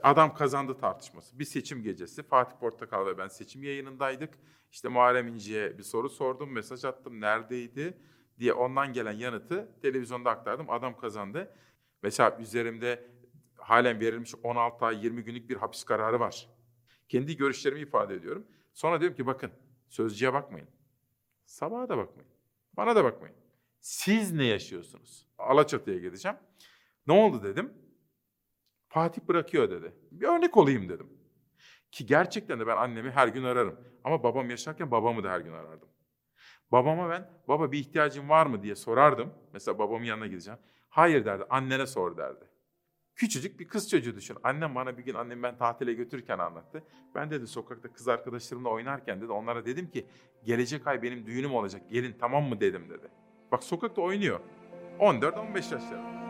Adam kazandı tartışması. Bir seçim gecesi Fatih Portakal ve ben seçim yayınındaydık. İşte Muharrem İnce'ye bir soru sordum, mesaj attım, neredeydi diye ondan gelen yanıtı televizyonda aktardım. Adam kazandı. Mesela üzerimde halen verilmiş 16 ay 20 günlük bir hapis kararı var. Kendi görüşlerimi ifade ediyorum. Sonra diyorum ki bakın Sözcü'ye bakmayın. Sabah'a da bakmayın. Bana da bakmayın. Siz ne yaşıyorsunuz? Alaçatı'ya gideceğim. Ne oldu dedim. Fatih bırakıyor dedi. Bir örnek olayım dedim. Ki gerçekten de ben annemi her gün ararım. Ama babam yaşarken babamı da her gün arardım. Babama ben, baba bir ihtiyacın var mı diye sorardım. Mesela babamın yanına gideceğim. Hayır derdi, annene sor derdi. Küçücük bir kız çocuğu düşün. Annem bana bir gün annemi ben tatile götürürken anlattı. Ben dedi sokakta kız arkadaşlarımla oynarken dedi onlara dedim ki gelecek ay benim düğünüm olacak. Gelin tamam mı dedim dedi. Bak sokakta oynuyor. 14-15 yaşlarında.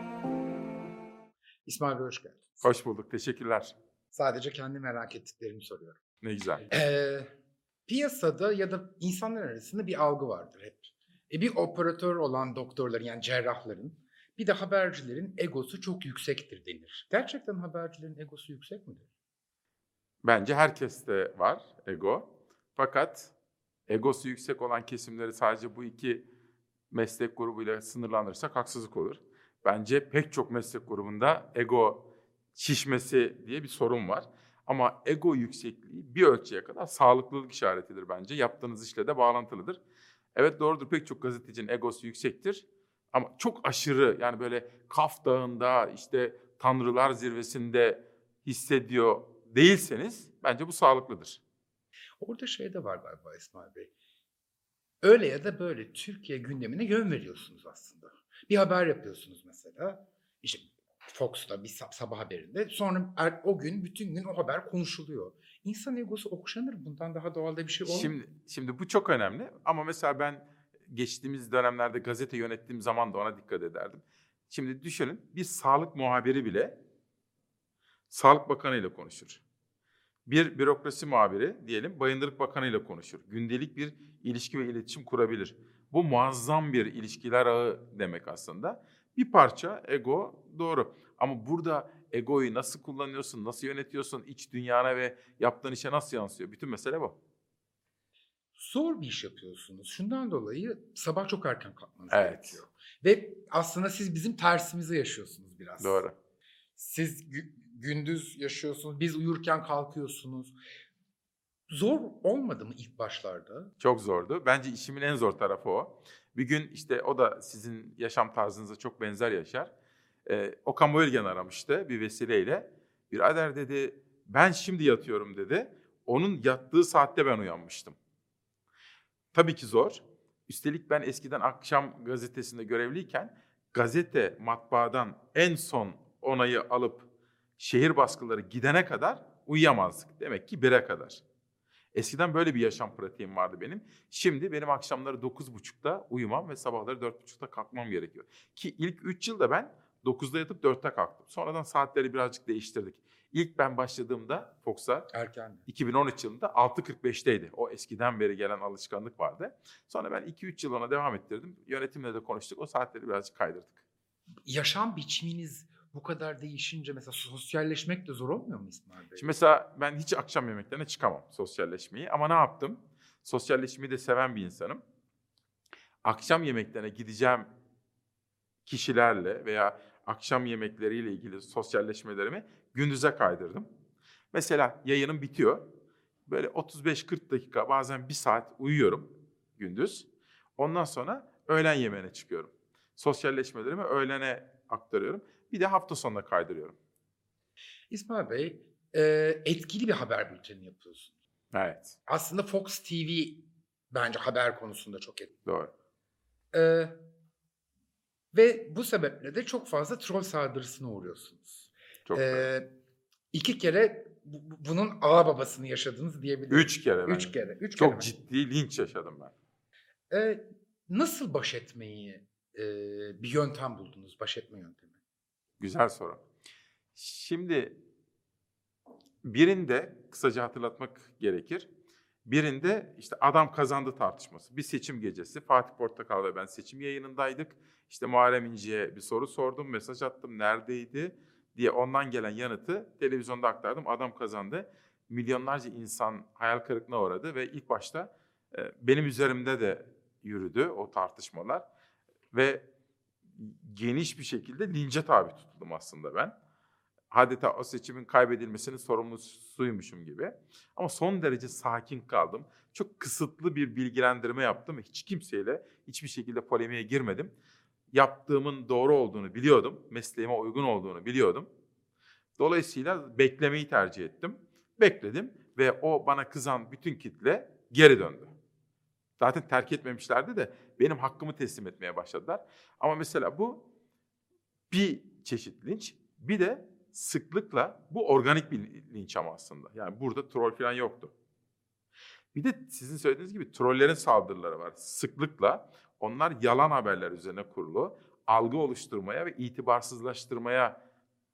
İsmail Bey hoş geldiniz. Hoş bulduk. Teşekkürler. Sadece kendi merak ettiklerimi soruyorum. Ne güzel. Piyasada ya da insanlar arasında bir algı vardır hep. Bir operatör olan doktorların yani cerrahların bir de habercilerin egosu çok yüksektir denir. Gerçekten habercilerin egosu yüksek midir? Bence herkeste var ego. Fakat egosu yüksek olan kesimleri sadece bu iki meslek grubuyla sınırlandırırsak haksızlık olur. Bence pek çok meslek grubunda ego şişmesi diye bir sorun var. Ama ego yüksekliği bir ölçüye kadar sağlıklılık işaretidir bence. Yaptığınız işle de bağlantılıdır. Evet doğrudur pek çok gazetecinin egosu yüksektir. Ama çok aşırı yani böyle Kaf Dağı'nda işte Tanrılar Zirvesi'nde hissediyor değilseniz bence bu sağlıklıdır. Orada şey de var galiba İsmail Bey. Öyle ya da böyle Türkiye gündemine yön veriyorsunuz aslında. Bir haber yapıyorsunuz mesela. İşte Fox'ta bir sabah haberinde. Sonra o gün bütün gün o haber konuşuluyor. İnsan egosu okşanır. Bundan daha doğal da bir şey olur mu? Şimdi bu çok önemli ama mesela ben geçtiğimiz dönemlerde gazete yönettiğim zaman da ona dikkat ederdim. Şimdi düşünün bir sağlık muhabiri bile Sağlık Bakanı ile konuşur. Bir bürokrasi muhabiri diyelim Bayındırlık Bakanı ile konuşur. Gündelik bir ilişki ve iletişim kurabilir. Bu muazzam bir ilişkiler ağı demek aslında. Bir parça ego doğru. Ama burada egoyu nasıl kullanıyorsun, nasıl yönetiyorsun, iç dünyana ve yaptığın işe nasıl yansıyor? Bütün mesele bu. Zor bir iş yapıyorsunuz. Şundan dolayı sabah çok erken kalkmanız gerekiyor. Ve aslında siz bizim tersimizi yaşıyorsunuz biraz. Doğru. Siz gündüz yaşıyorsunuz, biz uyurken kalkıyorsunuz. Zor olmadı mı ilk başlarda? Çok zordu. Bence işimin en zor tarafı o. Bir gün işte o da sizin yaşam tarzınıza çok benzer yaşar. Okan Bayülgen aramıştı bir vesileyle. Birader dedi ben şimdi yatıyorum dedi. Onun yattığı saatte ben uyanmıştım. Tabii ki zor. Üstelik ben eskiden akşam gazetesinde görevliyken gazete matbaadan en son onayı alıp şehir baskıları gidene kadar uyuyamazdık. Demek ki 1'e kadar. Eskiden böyle bir yaşam pratiğim vardı benim. Şimdi benim akşamları 9.30'da uyumam ve sabahları 4.30'da kalkmam gerekiyor. Ki ilk 3 yılda ben 9'da yatıp 4'te kalktım. Sonradan saatleri birazcık değiştirdik. İlk ben başladığımda Fox'a Erken. 2013 yılında 6.45'teydi. O eskiden beri gelen alışkanlık vardı. Sonra ben 2-3 yıl ona devam ettirdim. Yönetimle de konuştuk. O saatleri birazcık kaydırdık. Yaşam biçiminiz bu kadar değişince mesela sosyalleşmek de zor olmuyor mu İsmail Bey? Şimdi mesela ben hiç akşam yemeklerine çıkamam sosyalleşmeyi. Ama ne yaptım? Sosyalleşmeyi de seven bir insanım. Akşam yemeklerine gideceğim kişilerle veya akşam yemekleriyle ilgili sosyalleşmelerimi gündüze kaydırdım. Mesela yayınım bitiyor. Böyle 35-40 dakika bazen 1 saat uyuyorum gündüz. Ondan sonra öğlen yemeğine çıkıyorum. Sosyalleşmelerimi öğlene aktarıyorum. Bir de hafta sonuna kaydırıyorum. İsmail Bey, etkili bir haber bülteni yapıyorsunuz. Evet. Aslında Fox TV bence haber konusunda çok etkili. Doğru. Ve bu sebeple de çok fazla troll saldırısına uğruyorsunuz. Çok 2 kere bunun ağababasını yaşadınız diyebilirim. 3 kere ben. 3 kere. Çok ciddi linç yaşadım ben. Nasıl baş etmeyi bir yöntem buldunuz, baş etme yöntemi? Güzel soru. Şimdi birinde kısaca hatırlatmak gerekir. Birinde işte adam kazandı tartışması. Bir seçim gecesi Fatih Portakal ve ben seçim yayınındaydık. İşte Muharrem İnce'ye bir soru sordum, mesaj attım, neredeydi diye ondan gelen yanıtı televizyonda aktardım. Adam kazandı. Milyonlarca insan hayal kırıklığına uğradı ve ilk başta benim üzerimde de yürüdü o tartışmalar ve geniş bir şekilde lince tabi tutuldum aslında ben. Adeta o seçimin kaybedilmesinin sorumlusuymuşum gibi. Ama son derece sakin kaldım. Çok kısıtlı bir bilgilendirme yaptım ve hiç kimseyle hiçbir şekilde polemiğe girmedim. Yaptığımın doğru olduğunu biliyordum. Mesleğime uygun olduğunu biliyordum. Dolayısıyla beklemeyi tercih ettim. Bekledim ve o bana kızan bütün kitle geri döndü. Zaten terk etmemişlerdi de benim hakkımı teslim etmeye başladılar. Ama mesela bu bir çeşit linç. Bir de sıklıkla bu organik bir linç ama aslında. Yani burada troll falan yoktu. Bir de sizin söylediğiniz gibi trollerin saldırıları var. Sıklıkla onlar yalan haberler üzerine kurulu, algı oluşturmaya ve itibarsızlaştırmaya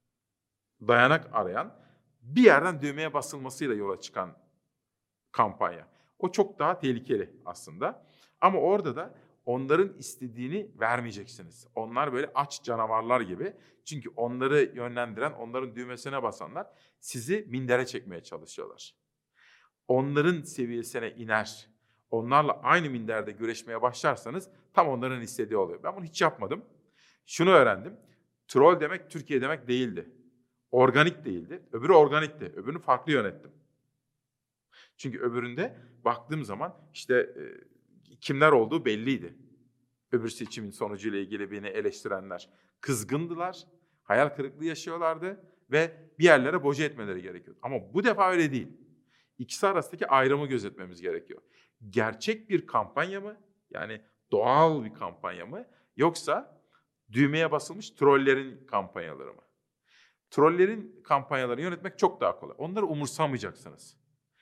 dayanak arayan, bir yerden düğmeye basılmasıyla yola çıkan kampanya. O çok daha tehlikeli aslında. Ama orada da onların istediğini vermeyeceksiniz. Onlar böyle aç canavarlar gibi. Çünkü onları yönlendiren, onların düğmesine basanlar sizi mindere çekmeye çalışıyorlar. Onların seviyesine iner, onlarla aynı minderde güreşmeye başlarsanız tam onların istediği oluyor. Ben bunu hiç yapmadım. Şunu öğrendim. Troll demek Türkiye demek değildi. Organik değildi. Öbürü organikti. Öbürünü farklı yönettim. Çünkü öbüründe baktığım zaman işte kimler olduğu belliydi. Öbür seçimin sonucuyla ilgili beni eleştirenler kızgındılar, hayal kırıklığı yaşıyorlardı ve bir yerlere boca etmeleri gerekiyordu. Ama bu defa öyle değil. İkisi arasındaki ayrımı gözetmemiz gerekiyor. Gerçek bir kampanya mı? Yani doğal bir kampanya mı? Yoksa düğmeye basılmış trollerin kampanyaları mı? Trollerin kampanyalarını yönetmek çok daha kolay. Onları umursamayacaksınız.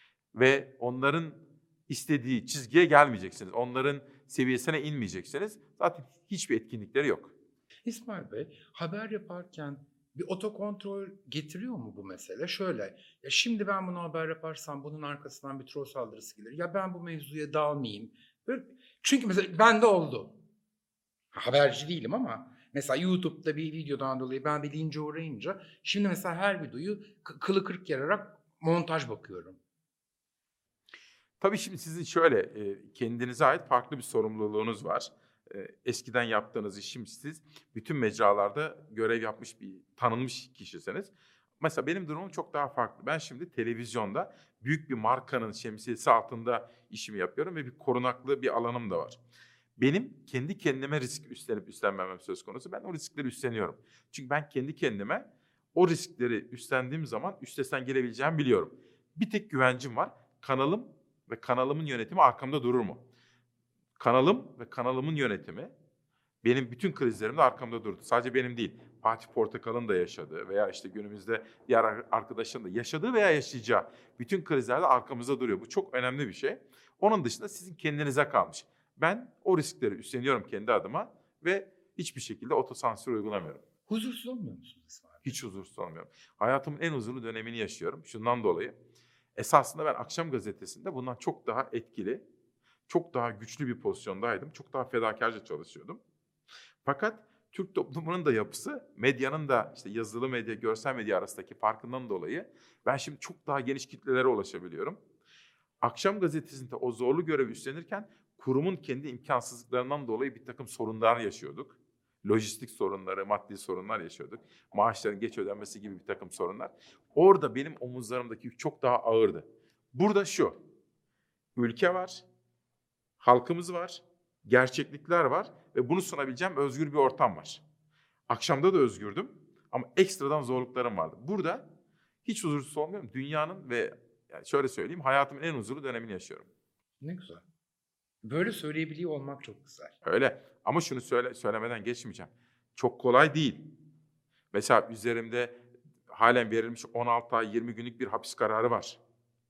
Ve onların istediği çizgiye gelmeyeceksiniz. Onların seviyesine inmeyeceksiniz. Zaten hiçbir etkinlikleri yok. İsmail Bey, haber yaparken bir otokontrol getiriyor mu bu mesele? Şöyle, ya şimdi ben bunu haber yaparsam bunun arkasından bir troll saldırısı gelir. Ya ben bu mevzuya dalmayayım. Böyle, çünkü mesela bende oldu. Haberci değilim ama mesela YouTube'da bir videodan dolayı ben bir lince uğrayınca şimdi mesela her videoyu kılı kırk yararak montaj bakıyorum. Tabii şimdi sizin şöyle kendinize ait farklı bir sorumluluğunuz var. Eskiden yaptığınız işim siz bütün mecralarda görev yapmış bir tanınmış kişisiniz. Mesela benim durumum çok daha farklı. Ben şimdi televizyonda büyük bir markanın şemsiyesi altında işimi yapıyorum ve bir korunaklı bir alanım da var. Benim kendi kendime risk üstlenip üstlenmemem söz konusu. Ben o riskleri üstleniyorum. Çünkü ben kendi kendime o riskleri üstlendiğim zaman üstesinden gelebileceğimi biliyorum. Bir tek güvencim var. Kanalım ve kanalımın yönetimi arkamda durur mu? Kanalım ve kanalımın yönetimi benim bütün krizlerimde arkamda durdu. Sadece benim değil. Fatih Portakal'ın da yaşadığı veya işte günümüzde diğer arkadaşların da yaşadığı veya yaşayacağı bütün krizlerde arkamızda duruyor. Bu çok önemli bir şey. Onun dışında sizin kendinize kalmış. Ben o riskleri üstleniyorum kendi adıma ve hiçbir şekilde otosansür uygulamıyorum. Huzursuz olmuyor musunuz İsmail Bey? Hiç huzursuz olmuyorum. Hayatımın en huzurlu dönemini yaşıyorum. Şundan dolayı. Esasında ben Akşam Gazetesi'nde bundan çok daha etkili, çok daha güçlü bir pozisyondaydım. Çok daha fedakarca çalışıyordum. Fakat Türk toplumunun da yapısı, medyanın da işte yazılı medya, görsel medya arasındaki farkından dolayı ben şimdi çok daha geniş kitlelere ulaşabiliyorum. Akşam Gazetesi'nde o zorlu görevi üstlenirken kurumun kendi imkansızlıklarından dolayı bir takım sorunlar yaşıyorduk. Lojistik sorunları, maddi sorunlar yaşıyorduk. Maaşların geç ödenmesi gibi bir takım sorunlar. Orada benim omuzlarımdaki yük çok daha ağırdı. Burada şu, ülke var, halkımız var, gerçeklikler var ve bunu sunabileceğim özgür bir ortam var. Akşamda da özgürdüm ama ekstradan zorluklarım vardı. Burada hiç huzursuz olmuyorum. Dünyanın ve yani şöyle söyleyeyim, hayatımın en huzurlu dönemini yaşıyorum. Ne güzel. Böyle söyleyebiliyor olmak çok güzel. Öyle. Ama şunu söylemeden geçmeyeceğim. Çok kolay değil. Mesela üzerimde halen verilmiş 16 ay 20 günlük bir hapis kararı var.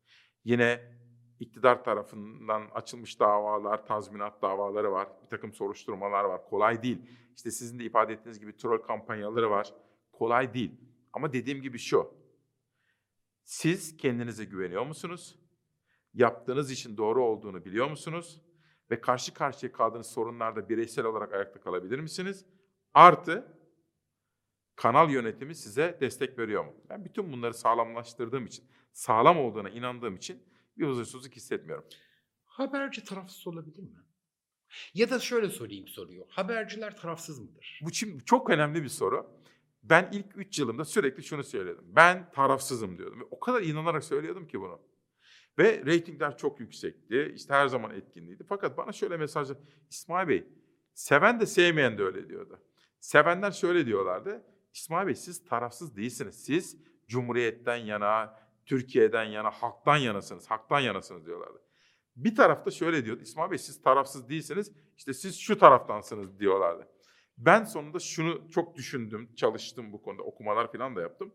Yine iktidar tarafından açılmış davalar, tazminat davaları var. Bir takım soruşturmalar var. Kolay değil. İşte sizin de ifade ettiğiniz gibi troll kampanyaları var. Kolay değil. Ama dediğim gibi şu. Siz kendinize güveniyor musunuz? Yaptığınız işin doğru olduğunu biliyor musunuz? Ve karşı karşıya kaldığınız sorunlarda bireysel olarak ayakta kalabilir misiniz? Artı Kanal yönetimi size destek veriyor mu? Ben bütün bunları sağlamlaştırdığım için, sağlam olduğuna inandığım için bir huzursuzluk hissetmiyorum. Haberci tarafsız olabilir mi? Ya da şöyle sorayım soruyu. Haberciler tarafsız mıdır? Bu şimdi çok önemli bir soru. Ben ilk 3 yılımda sürekli şunu söyledim. Ben tarafsızım diyordum. Ve o kadar inanarak söylüyordum ki bunu. Ve reytingler çok yüksekti. İşte her zaman etkinliydi. Fakat bana şöyle mesajlar, İsmail Bey, seven de sevmeyen de öyle diyordu. Sevenler şöyle diyorlardı. İsmail Bey siz tarafsız değilsiniz. Siz Cumhuriyet'ten yana, Türkiye'den yana, halktan yanasınız. Halktan yanasınız diyorlardı. Bir tarafta şöyle diyordu. İsmail Bey siz tarafsız değilsiniz. İşte siz şu taraftansınız diyorlardı. Ben sonunda şunu çok düşündüm, çalıştım bu konuda. Okumalar falan da yaptım.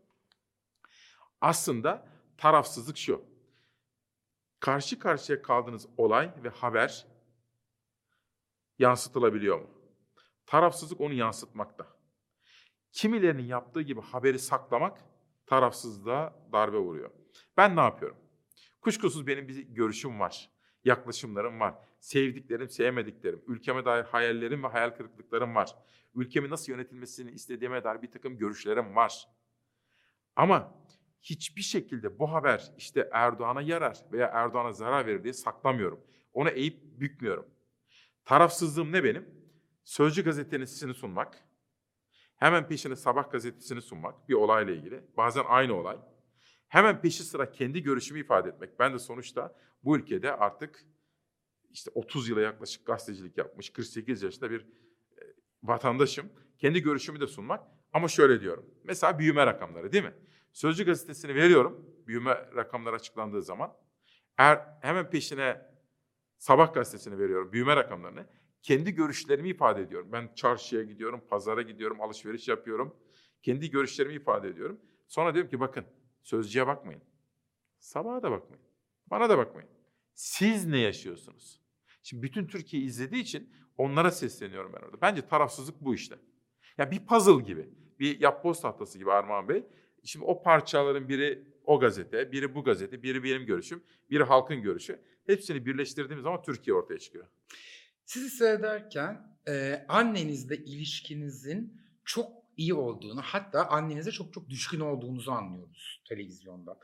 Aslında tarafsızlık şu. Karşı karşıya kaldığınız olay ve haber yansıtılabiliyor mu? Tarafsızlık onu yansıtmakta. Kimilerinin yaptığı gibi haberi saklamak tarafsızlığa darbe vuruyor. Ben ne yapıyorum? Kuşkusuz benim bir görüşüm var, yaklaşımlarım var, sevdiklerim, sevmediklerim, ülkeme dair hayallerim ve hayal kırıklıklarım var. Ülkemi nasıl yönetilmesini istediğime dair bir takım görüşlerim var. Ama hiçbir şekilde bu haber işte Erdoğan'a yarar veya Erdoğan'a zarar verir diye saklamıyorum. Onu eğip bükmüyorum. Tarafsızlığım ne benim? Sözcü gazetesini sunmak, hemen peşine Sabah gazetesini sunmak bir olayla ilgili. Bazen aynı olay. Hemen peşi sıra kendi görüşümü ifade etmek. Ben de sonuçta bu ülkede artık işte 30 yıla yaklaşık gazetecilik yapmış, 48 yaşında bir vatandaşım. Kendi görüşümü de sunmak. Ama şöyle diyorum. Mesela büyüme rakamları değil mi? Sözcü gazetesini veriyorum. Büyüme rakamları açıklandığı zaman. Hemen peşine Sabah gazetesini veriyorum. Büyüme rakamlarını. Kendi görüşlerimi ifade ediyorum. Ben çarşıya gidiyorum, pazara gidiyorum, alışveriş yapıyorum. Kendi görüşlerimi ifade ediyorum. Sonra diyorum ki bakın Sözcüye bakmayın. Sabaha da bakmayın. Bana da bakmayın. Siz ne yaşıyorsunuz? Şimdi bütün Türkiye izlediği için onlara sesleniyorum ben orada. Bence tarafsızlık bu işte. Ya bir puzzle gibi, bir yapboz tahtası gibi Armağan Bey. Şimdi o parçaların biri o gazete, biri bu gazete, biri benim görüşüm, biri halkın görüşü. Hepsini birleştirdiğimiz zaman Türkiye ortaya çıkıyor. Sizi seyrederken annenizle ilişkinizin çok iyi olduğunu, hatta annenize çok çok düşkün olduğunuzu anlıyoruz televizyonda.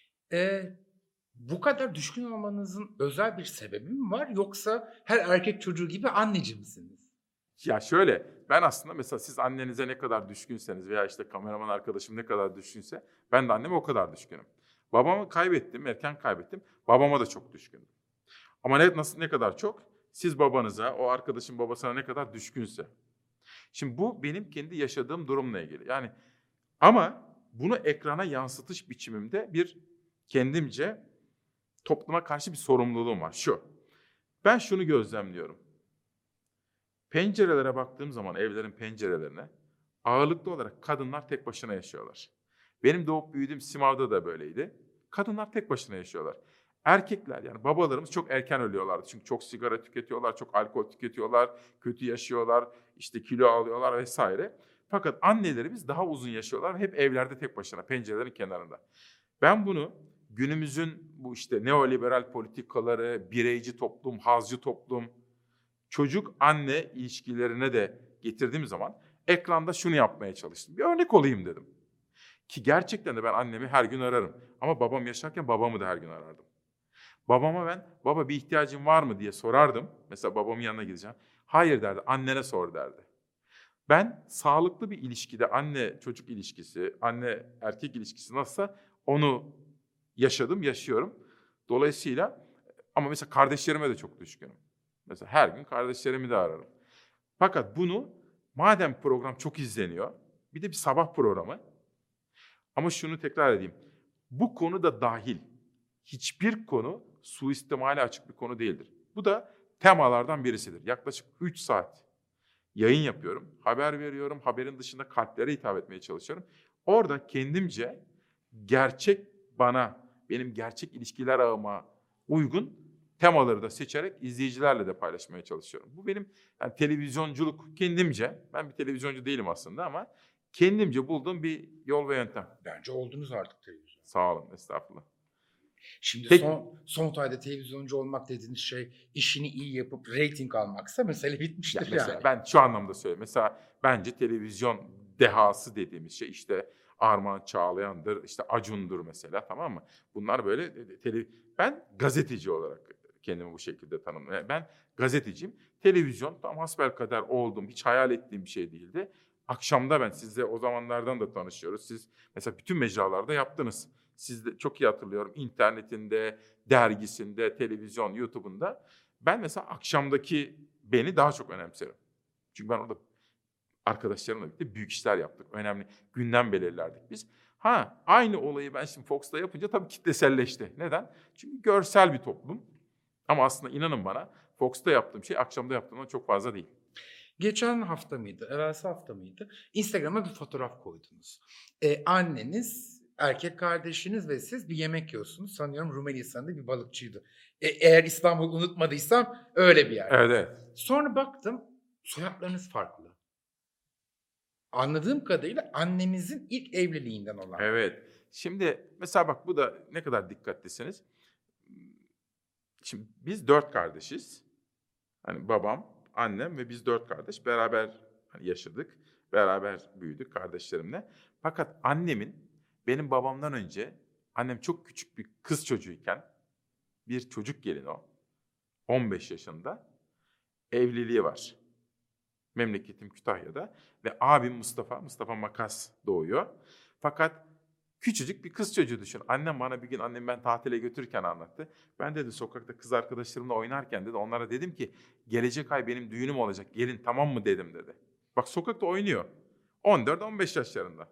Bu kadar düşkün olmanızın özel bir sebebi mi var, yoksa her erkek çocuğu gibi anneci misiniz? Ya şöyle, ben aslında mesela siz annenize ne kadar düşkünseniz veya işte kameraman arkadaşım ne kadar düşkünse ben de anneme o kadar düşkünüm. Babamı kaybettim, erken kaybettim. Babama da çok düşkünüm. Ama ne kadar çok? Siz babanıza, o arkadaşın babasına ne kadar düşkünse. Şimdi bu benim kendi yaşadığım durumla ilgili. Yani ama bunu ekrana yansıtış biçimimde bir kendimce topluma karşı bir sorumluluğum var. Şu, ben şunu gözlemliyorum. Pencerelere baktığım zaman evlerin pencerelerine ağırlıklı olarak kadınlar tek başına yaşıyorlar. Benim doğup büyüdüğüm Simav'da da böyleydi. Kadınlar tek başına yaşıyorlar. Erkekler yani babalarımız çok erken ölüyorlardı. Çünkü çok sigara tüketiyorlar, çok alkol tüketiyorlar, kötü yaşıyorlar, işte kilo alıyorlar vesaire. Fakat annelerimiz daha uzun yaşıyorlar ve hep evlerde tek başına, pencerelerin kenarında. Ben bunu günümüzün bu işte neoliberal politikaları, bireyci toplum, hazcı toplum, çocuk-anne ilişkilerine de getirdiğim zaman ekranda şunu yapmaya çalıştım. Bir örnek olayım dedim. Ki gerçekten de ben annemi her gün ararım. Ama babam yaşarken babamı da her gün arardım. Babama ben, baba bir ihtiyacın var mı diye sorardım. Mesela babamın yanına gideceğim. Hayır derdi, annene sor derdi. Ben sağlıklı bir ilişkide anne çocuk ilişkisi, anne erkek ilişkisi nasılsa onu yaşadım, yaşıyorum. Dolayısıyla ama mesela kardeşlerime de çok düşkünüm. Mesela her gün kardeşlerimi de ararım. Fakat bunu madem program çok izleniyor, bir de bir sabah programı. Ama şunu tekrar edeyim. Bu konu da dahil. Hiçbir konu suistimale açık bir konu değildir. Bu da temalardan birisidir. Yaklaşık 3 saat yayın yapıyorum, haber veriyorum, haberin dışında kalplere hitap etmeye çalışıyorum. Orada kendimce gerçek bana, benim gerçek ilişkiler ağıma uygun temaları da seçerek izleyicilerle de paylaşmaya çalışıyorum. Bu benim yani televizyonculuk kendimce, ben bir televizyoncu değilim aslında ama kendimce bulduğum bir yol ve yöntem. Bence oldunuz artık televizyon. Sağ olun, estağfurullah. Şimdi Peki. son ayda televizyoncu olmak dediğiniz şey işini iyi yapıp reyting almaksa mesele bitmiştir Mesela yani. ben şu anlamda söylüyorum. Mesela bence televizyon dehası dediğimiz şey işte Armağan Çağlayan'dır, işte Acun'dur mesela, tamam mı? Bunlar böyle ben gazeteci olarak kendimi bu şekilde tanımlıyorum. Ben gazeteciyim. Televizyon tam hasbelkader oldum. Hiç hayal ettiğim bir şey değildi. Akşamda ben sizle o zamanlardan da tanışıyoruz. Siz mesela bütün mecralarda yaptınız. Siz de çok iyi hatırlıyorum. İnternetinde, dergisinde, televizyon, YouTube'unda. Ben mesela akşamdaki beni daha çok önemserim. Çünkü ben orada arkadaşlarımla birlikte büyük işler yaptık. Önemli gündem belirlerdik biz. Aynı olayı ben şimdi Fox'ta yapınca tabii kitleselleşti. Neden? Çünkü görsel bir toplum. Ama aslında inanın bana Fox'ta yaptığım şey akşamda yaptığımdan çok fazla değil. Geçen hafta mıydı, evvelsi hafta mıydı? Instagram'a bir fotoğraf koydunuz. Anneniz, erkek kardeşiniz ve siz bir yemek yiyorsunuz. Sanıyorum Rumelihisar'da bir balıkçıydı. Eğer İstanbul unutmadıysam öyle bir yer. Evet. Sonra baktım, soyadlarınız farklı. Anladığım kadarıyla annemizin ilk evliliğinden olan. Evet. Şimdi mesela bak bu da ne kadar dikkatlisiniz. Şimdi biz 4 kardeşiz. Hani babam, annem ve biz 4 kardeş beraber yaşadık. Beraber büyüdük kardeşlerimle. Fakat benim babamdan önce, annem çok küçük bir kız çocuğuyken, bir çocuk gelin o, 15 yaşında, evliliği var. Memleketim Kütahya'da ve abim Mustafa Makas doğuyor. Fakat küçücük bir kız çocuğu düşün. Annem bana bir gün ben tatile götürürken anlattı. Ben dedi sokakta kız arkadaşlarımla oynarken dedi onlara dedim ki gelecek ay benim düğünüm olacak. Gelin tamam mı dedim dedi. Bak sokakta oynuyor. 14-15 yaşlarında.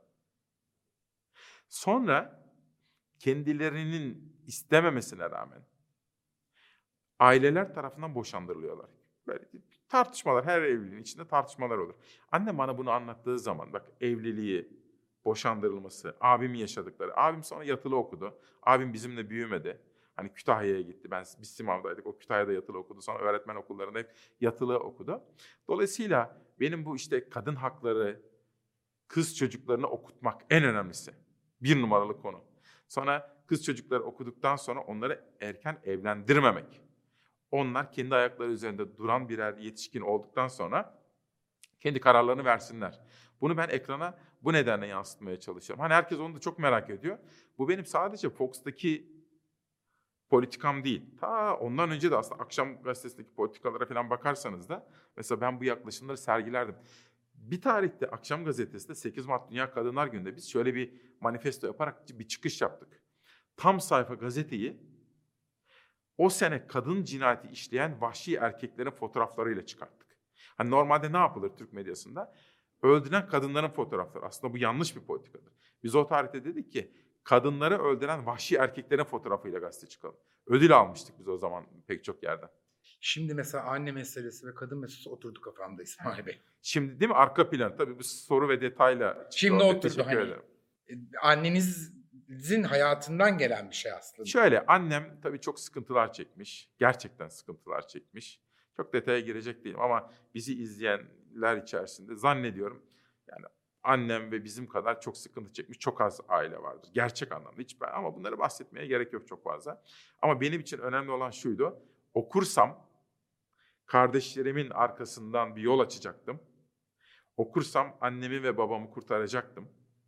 Sonra kendilerinin istememesine rağmen aileler tarafından boşandırılıyorlar. Böyle tartışmalar, her evliliğin içinde tartışmalar olur. Annem bana bunu anlattığı zaman bak evliliği, boşandırılması, abimin yaşadıkları. Abim sonra yatılı okudu. Abim bizimle büyümedi. Hani Kütahya'ya gitti. Biz Simav'daydık. O Kütahya'da yatılı okudu. Sonra öğretmen okullarında hep yatılı okudu. Dolayısıyla benim bu işte kadın hakları, kız çocuklarını okutmak en önemlisi. 1 numaralı konu. Sonra kız çocukları okuduktan sonra onları erken evlendirmemek. Onlar kendi ayakları üzerinde duran birer yetişkin olduktan sonra kendi kararlarını versinler. Bunu ben ekrana bu nedenle yansıtmaya çalışıyorum. Hani herkes onu da çok merak ediyor. Bu benim sadece Fox'taki politikam değil. Ta ondan önce de aslında Akşam Gazetesi'ndeki politikalara falan bakarsanız da mesela ben bu yaklaşımları sergilerdim. Bir tarihte Akşam Gazetesi'nde 8 Mart Dünya Kadınlar Günü'nde biz şöyle bir manifesto yaparak bir çıkış yaptık. Tam sayfa gazeteyi o sene kadın cinayeti işleyen vahşi erkeklerin fotoğraflarıyla çıkarttık. Hani normalde ne yapılır Türk medyasında? Öldüren kadınların fotoğrafları. Aslında bu yanlış bir politikadır. Biz o tarihte dedik ki kadınları öldüren vahşi erkeklerin fotoğrafıyla gazete çıkalım. Ödül almıştık biz o zaman pek çok yerden. Şimdi mesela anne meselesi ve kadın meselesi oturdu kafamda İsmail Bey. Şimdi değil mi arka plan? Tabii bu soru ve detayla çıktı. Şimdi ortaya. oturdu Teşekkür hani. ederim. Annenizin hayatından gelen bir şey aslında. Şöyle annem tabii çok sıkıntılar çekmiş. Gerçekten sıkıntılar çekmiş. Çok detaya girecek değilim ama bizi izleyenler içerisinde zannediyorum yani annem ve bizim kadar çok sıkıntı çekmiş çok az aile vardır. Gerçek anlamda ama bunları bahsetmeye gerek yok çok fazla. Ama benim için önemli olan şuydu. Okursam kardeşlerimin arkasından bir yol açacaktım. Okursam annemi ve babamı kurtaracaktım.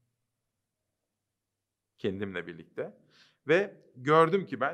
Kendimle birlikte. Ve gördüm ki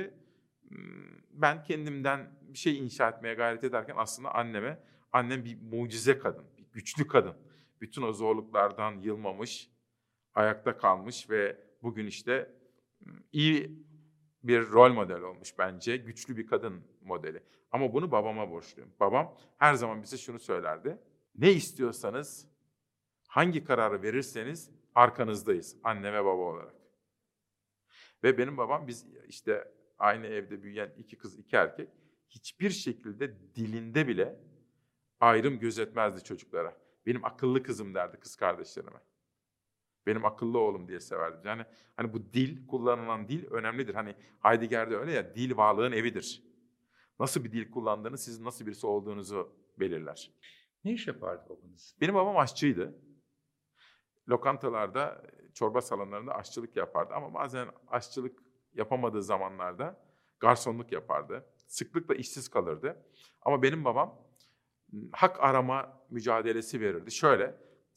ben kendimden bir şey inşa etmeye gayret ederken aslında annem bir mucize kadın, bir güçlü kadın. Bütün o zorluklardan yılmamış, ayakta kalmış ve bugün işte iyi bir rol model olmuş bence. Güçlü bir kadın modeli. Ama bunu babama borçluyum. Babam her zaman bize şunu söylerdi. Ne istiyorsanız, hangi kararı verirseniz arkanızdayız anne ve baba olarak. Ve benim babam biz işte aynı evde büyüyen 2 kız 2 erkek hiçbir şekilde dilinde bile ayrım gözetmezdi çocuklara. Benim akıllı kızım derdi kız kardeşlerime. Benim akıllı oğlum diye severdi. Yani hani bu kullanılan dil önemlidir. Hani Heidegger'de öyle ya dil varlığın evidir. Nasıl bir dil kullandığınız sizin nasıl birisi olduğunuzu belirler. Ne iş yapardı babanız? Benim babam aşçıydı. Lokantalarda, çorba salonlarında aşçılık yapardı ama bazen aşçılık yapamadığı zamanlarda garsonluk yapardı. Sıklıkla işsiz kalırdı. Ama benim babam hak arama mücadelesi verirdi. Şöyle,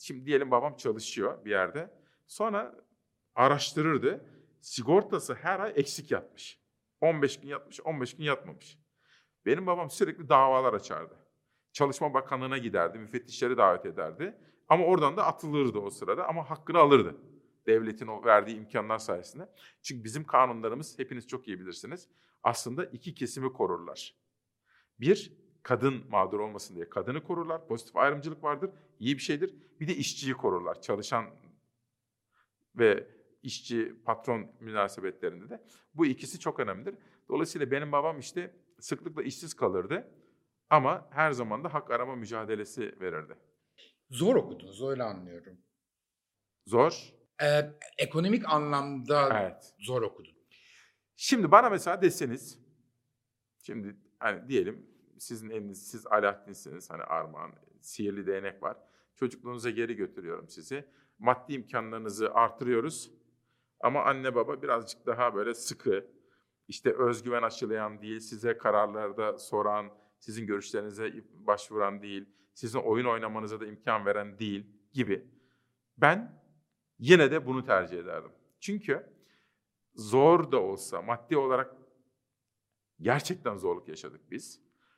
Şimdi diyelim babam çalışıyor bir yerde. Sonra araştırırdı. Sigortası her ay eksik yatmış. 15 gün yatmış, 15 gün yatmamış. Benim babam sürekli davalar açardı. Çalışma Bakanlığı'na giderdi, müfettişleri davet ederdi. Ama oradan da atılırdı o sırada ama hakkını alırdı. Devletin o verdiği imkanlar sayesinde. Çünkü bizim kanunlarımız, hepiniz çok iyi bilirsiniz, aslında iki kesimi korurlar. Bir, kadın mağdur olmasın diye kadını korurlar. Pozitif ayrımcılık vardır, iyi bir şeydir. Bir de işçiyi korurlar. Çalışan ve işçi patron münasebetlerinde de bu ikisi çok önemlidir. Dolayısıyla benim babam işte sıklıkla işsiz kalırdı ama her zaman da hak arama mücadelesi verirdi. Zor okudunuz, öyle anlıyorum. Zor. Ekonomik anlamda Evet. zor okudun. Şimdi bana mesela deseniz, şimdi hani diyelim sizin eliniz, siz Alaaddin'siniz, hani Armağan, sihirli değnek var. Çocukluğunuza geri götürüyorum sizi. Maddi imkanlarınızı artırıyoruz. Ama anne baba birazcık daha böyle sıkı, işte özgüven aşılayan değil, size kararlarda soran, sizin görüşlerinize başvuran değil, sizin oyun oynamanıza da imkan veren değil gibi. Ben yine de bunu tercih ederdim. Çünkü zor da olsa, maddi olarak gerçekten zorluk yaşadık biz.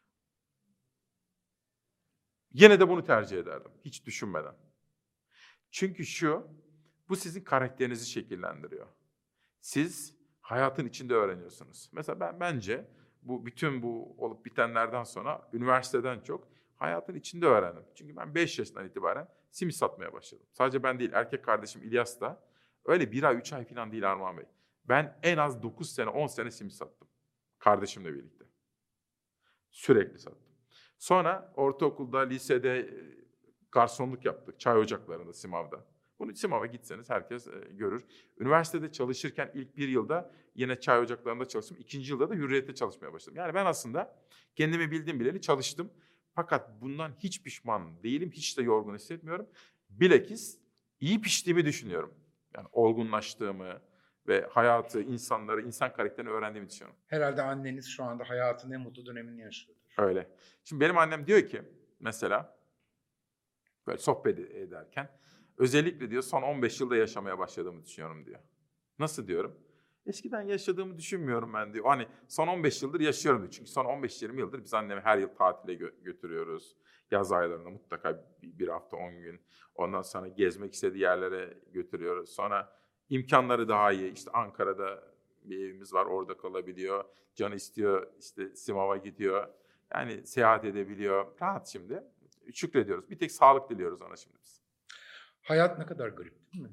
Yine de bunu tercih ederdim, hiç düşünmeden. Çünkü bu sizin karakterinizi şekillendiriyor. Siz hayatın içinde öğreniyorsunuz. Mesela bence bütün bu olup bitenlerden sonra üniversiteden çok hayatın içinde öğrendim. Çünkü ben 5 yaşından itibaren simit satmaya başladım. Sadece ben değil, erkek kardeşim İlyas da öyle 1 ay 3 ay falan değil Armağan Bey. Ben en az 9 sene 10 sene simit sattım. Kardeşimle birlikte. Sürekli sattım. Sonra ortaokulda, lisede garsonluk yaptık. Çay ocaklarında, Simav'da. Bunu Simav'a gitseniz herkes görür. Üniversitede çalışırken ilk 1 yılda yine çay ocaklarında çalıştım. 2. yılda da Hürriyet'te çalışmaya başladım. Yani ben aslında kendimi bildim bileli çalıştım. Fakat bundan hiç pişman değilim. Hiç de yorgun hissetmiyorum. Bilakis iyi piştiğimi düşünüyorum. Yani olgunlaştığımı ve hayatı, insanları, insan karakterini öğrendiğimi düşünüyorum. Herhalde anneniz şu anda hayatın en mutlu dönemini yaşıyordur. Öyle. Şimdi benim annem diyor ki mesela böyle sohbet ederken özellikle diyor son 15 yılda yaşamaya başladığımı düşünüyorum diyor. Nasıl diyorum? Eskiden yaşadığımı düşünmüyorum ben diyor. Hani son 15 yıldır yaşıyorum diyor. Çünkü son 15-20 yıldır biz annemi her yıl tatile götürüyoruz. Yaz aylarında mutlaka bir hafta 10 gün. Ondan sonra gezmek istediği yerlere götürüyoruz. Sonra imkanları daha iyi. İşte Ankara'da bir evimiz var, orada kalabiliyor. Canı istiyor, işte Simav'a gidiyor. Yani seyahat edebiliyor. Rahat şimdi. Şükrediyoruz. Bir tek sağlık diliyoruz ona şimdi biz. Hayat ne kadar garip değil mi?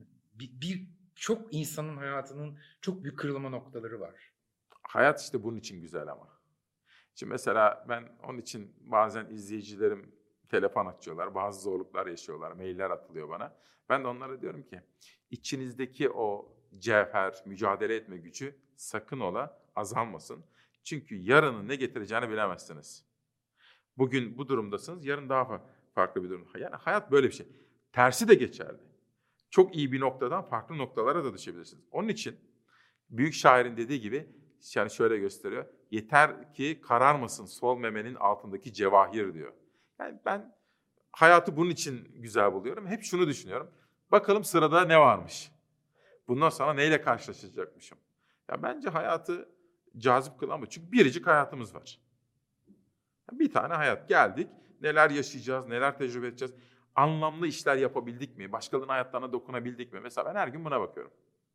Çok insanın hayatının çok büyük kırılma noktaları var. Hayat işte bunun için güzel ama. Şimdi mesela ben onun için bazen izleyicilerim telefon açıyorlar, bazı zorluklar yaşıyorlar, mailler atılıyor bana. Ben de onlara diyorum ki içinizdeki o cevher, mücadele etme gücü sakın ola azalmasın. Çünkü yarının ne getireceğini bilemezsiniz. Bugün bu durumdasınız, yarın daha farklı bir durum. Yani hayat böyle bir şey. Tersi de geçerli. Çok iyi bir noktadan farklı noktalara da düşebilirsiniz. Onun için büyük şairin dediği gibi yani şöyle gösteriyor. Yeter ki kararmasın sol memenin altındaki cevahir diyor. Yani ben hayatı bunun için güzel buluyorum. Hep şunu düşünüyorum. Bakalım sırada ne varmış? Bundan sonra neyle karşılaşacakmışım? Ya bence hayatı cazip kılan bu. Çünkü biricik hayatımız var. Bir tane hayat. Geldik. Neler yaşayacağız, neler tecrübe edeceğiz? Anlamlı işler yapabildik mi? Başkalarının hayatlarına dokunabildik mi? Mesela ben her gün buna bakıyorum.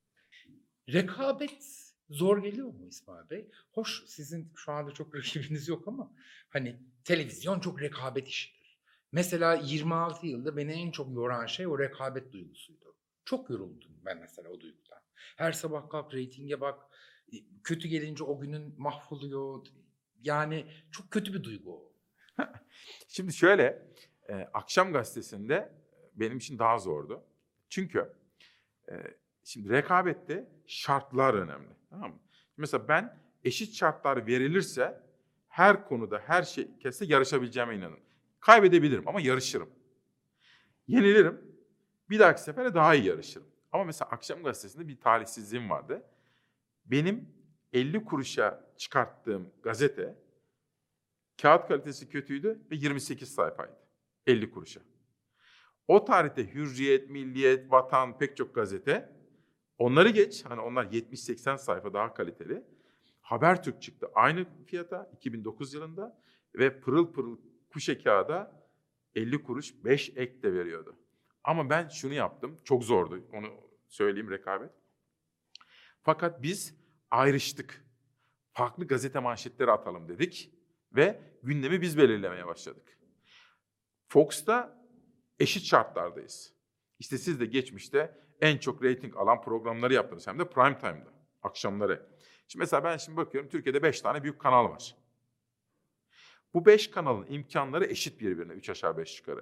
Rekabet zor geliyor mu İsmail Bey? Hoş, sizin şu anda çok rakibiniz yok ama hani televizyon çok rekabet işidir. Mesela 26 yılda beni en çok yoran şey o rekabet duygusuydu. Çok yoruldum ben mesela o duygudan. Her sabah kalk reytinge bak, kötü gelince o günün mahvoluyor. Yani çok kötü bir duygu o. Şimdi şöyle, Akşam Gazetesi'nde benim için daha zordu. Çünkü şimdi rekabette şartlar önemli. Tamam mı? Mesela ben eşit şartlar verilirse her konuda, her kese yarışabileceğime inanırım. Kaybedebilirim ama yarışırım. Yenilirim, bir dahaki sefere daha iyi yarışırım. Ama mesela Akşam Gazetesi'nde bir talihsizliğim vardı. Benim 50 kuruşa çıkarttığım gazete kağıt kalitesi kötüydü ve 28 sayfaydı. 50 kuruşa. O tarihte Hürriyet, Milliyet, Vatan, pek çok gazete. Onları geç. Hani onlar 70-80 sayfa daha kaliteli. Habertürk çıktı aynı fiyata 2009 yılında ve pırıl pırıl kuşe kağıda 50 kuruş 5 ek de veriyordu. Ama ben şunu yaptım. Çok zordu. Onu söyleyeyim, rekabet. Fakat biz ayrıştık. Farklı gazete manşetleri atalım dedik ve gündemi biz belirlemeye başladık. Fox'ta eşit şartlardayız. İşte siz de geçmişte en çok reyting alan programları yaptınız, hem de prime time'da, akşamları. Şimdi mesela ben bakıyorum, Türkiye'de 5 tane büyük kanal var. Bu 5 kanalın imkanları eşit birbirine, 3 aşağı 5 yukarı.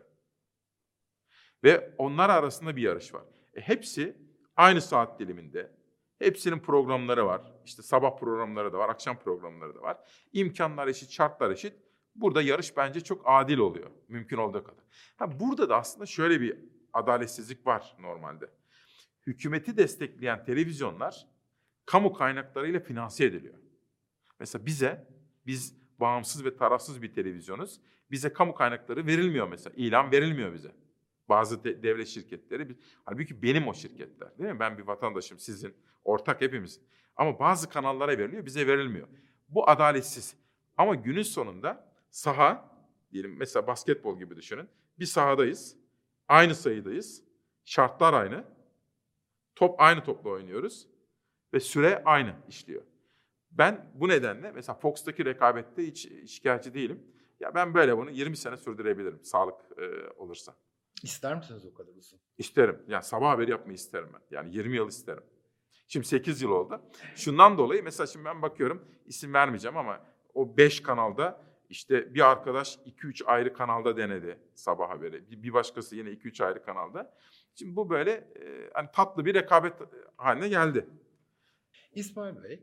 Ve onlar arasında bir yarış var. Hepsi aynı saat diliminde, hepsinin programları var. İşte sabah programları da var, akşam programları da var. İmkanlar eşit, şartlar eşit. Burada yarış bence çok adil oluyor, mümkün olduğu kadar. Burada da aslında şöyle bir adaletsizlik var normalde. Hükümeti destekleyen televizyonlar kamu kaynaklarıyla finanse ediliyor. Mesela biz bağımsız ve tarafsız bir televizyonuz. Bize kamu kaynakları verilmiyor mesela. İlan verilmiyor bize. Bazı devlet şirketleri, halbuki benim o şirketler, değil mi? Ben bir vatandaşım, sizin, ortak hepimiz. Ama bazı kanallara veriliyor, bize verilmiyor. Bu adaletsiz. Ama günün sonunda saha, diyelim mesela basketbol gibi düşünün. Bir sahadayız, aynı sayıdayız, şartlar aynı, aynı topla oynuyoruz ve süre aynı işliyor. Ben bu nedenle mesela Fox'taki rekabette hiç şikayetçi değilim. Ya ben böyle bunu 20 sene sürdürebilirim, sağlık olursa. İster misiniz o kadar uzun? İsterim. Yani sabah haberi yapmayı isterim ben. Yani 20 yıl isterim. Şimdi 8 yıl oldu. Şundan dolayı mesela şimdi ben bakıyorum, isim vermeyeceğim ama o 5 kanalda işte bir arkadaş 2-3 ayrı kanalda denedi sabah haberi. Bir başkası yine 2-3 ayrı kanalda. Şimdi bu böyle hani tatlı bir rekabet haline geldi. İsmail Bey,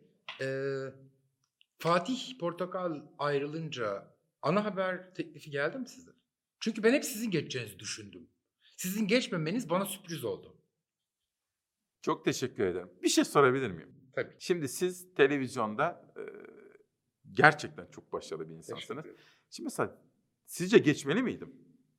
Fatih Portakal ayrılınca ana haber teklifi geldi mi size? Çünkü ben hep sizin geçeceğinizi düşündüm. Sizin geçmemeniz bana sürpriz oldu. Çok teşekkür ederim. Bir şey sorabilir miyim? Tabii. Şimdi siz televizyonda gerçekten çok başarılı bir insansınız. Şimdi mesela sizce geçmeli miydim?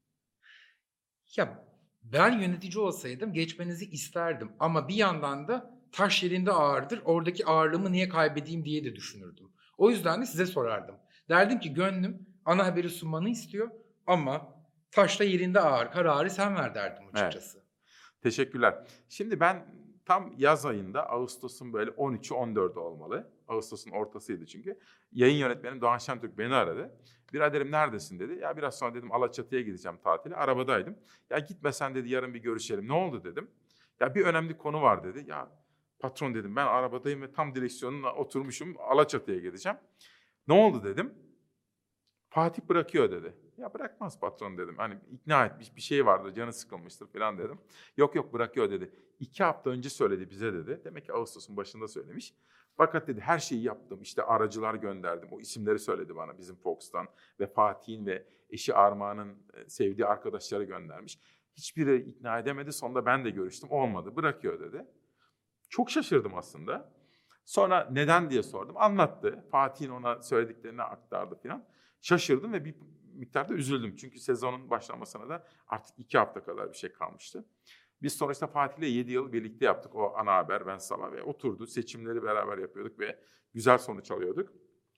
Ya ben yönetici olsaydım geçmenizi isterdim. Ama bir yandan da taş yerinde ağırdır. Oradaki ağırlığımı niye kaybedeyim diye de düşünürdüm. O yüzden de size sorardım. Derdim ki gönlüm ana haberi sunmanı istiyor ama taşta yerinde ağır. Kararı sen ver derdim açıkçası. Evet. Teşekkürler. Şimdi ben tam yaz ayında, Ağustos'un böyle 13'ü 14'ü olmalı. Ağustos'un ortasıydı çünkü. Yayın yönetmenim Doğan Şentürk beni aradı. Biraderim neredesin dedi. Ya biraz sonra dedim Alaçatı'ya gideceğim tatile. Arabadaydım. Ya gitmesen dedi, yarın bir görüşelim. Ne oldu dedim. Ya bir önemli konu var dedi. Ya patron dedim, ben arabadayım ve tam direksiyonuna oturmuşum, Alaçatı'ya gideceğim. Ne oldu dedim. Fatih bırakıyor dedi. Ya bırakmaz patron dedim. Hani ikna etmiş, bir şey vardır, canı sıkılmıştır falan dedim. Yok bırakıyor dedi. 2 hafta önce söyledi bize dedi. Demek ki Ağustos'un başında söylemiş. Fakat dedi her şeyi yaptım. İşte aracılar gönderdim. O isimleri söyledi bana bizim Fox'tan. Ve Fatih'in ve eşi Armağan'ın sevdiği arkadaşları göndermiş. Hiçbiri ikna edemedi. Sonunda ben de görüştüm. Olmadı, bırakıyor dedi. Çok şaşırdım aslında. Sonra neden diye sordum. Anlattı. Fatih'in ona söylediklerini aktardı falan. Şaşırdım ve bir miktarda üzüldüm. Çünkü sezonun başlamasına da artık 2 hafta kadar bir şey kalmıştı. Biz sonuçta Fatih'le 7 yıl birlikte yaptık. O ana haber, ben sabah, ve oturdu. Seçimleri beraber yapıyorduk ve güzel sonuç alıyorduk.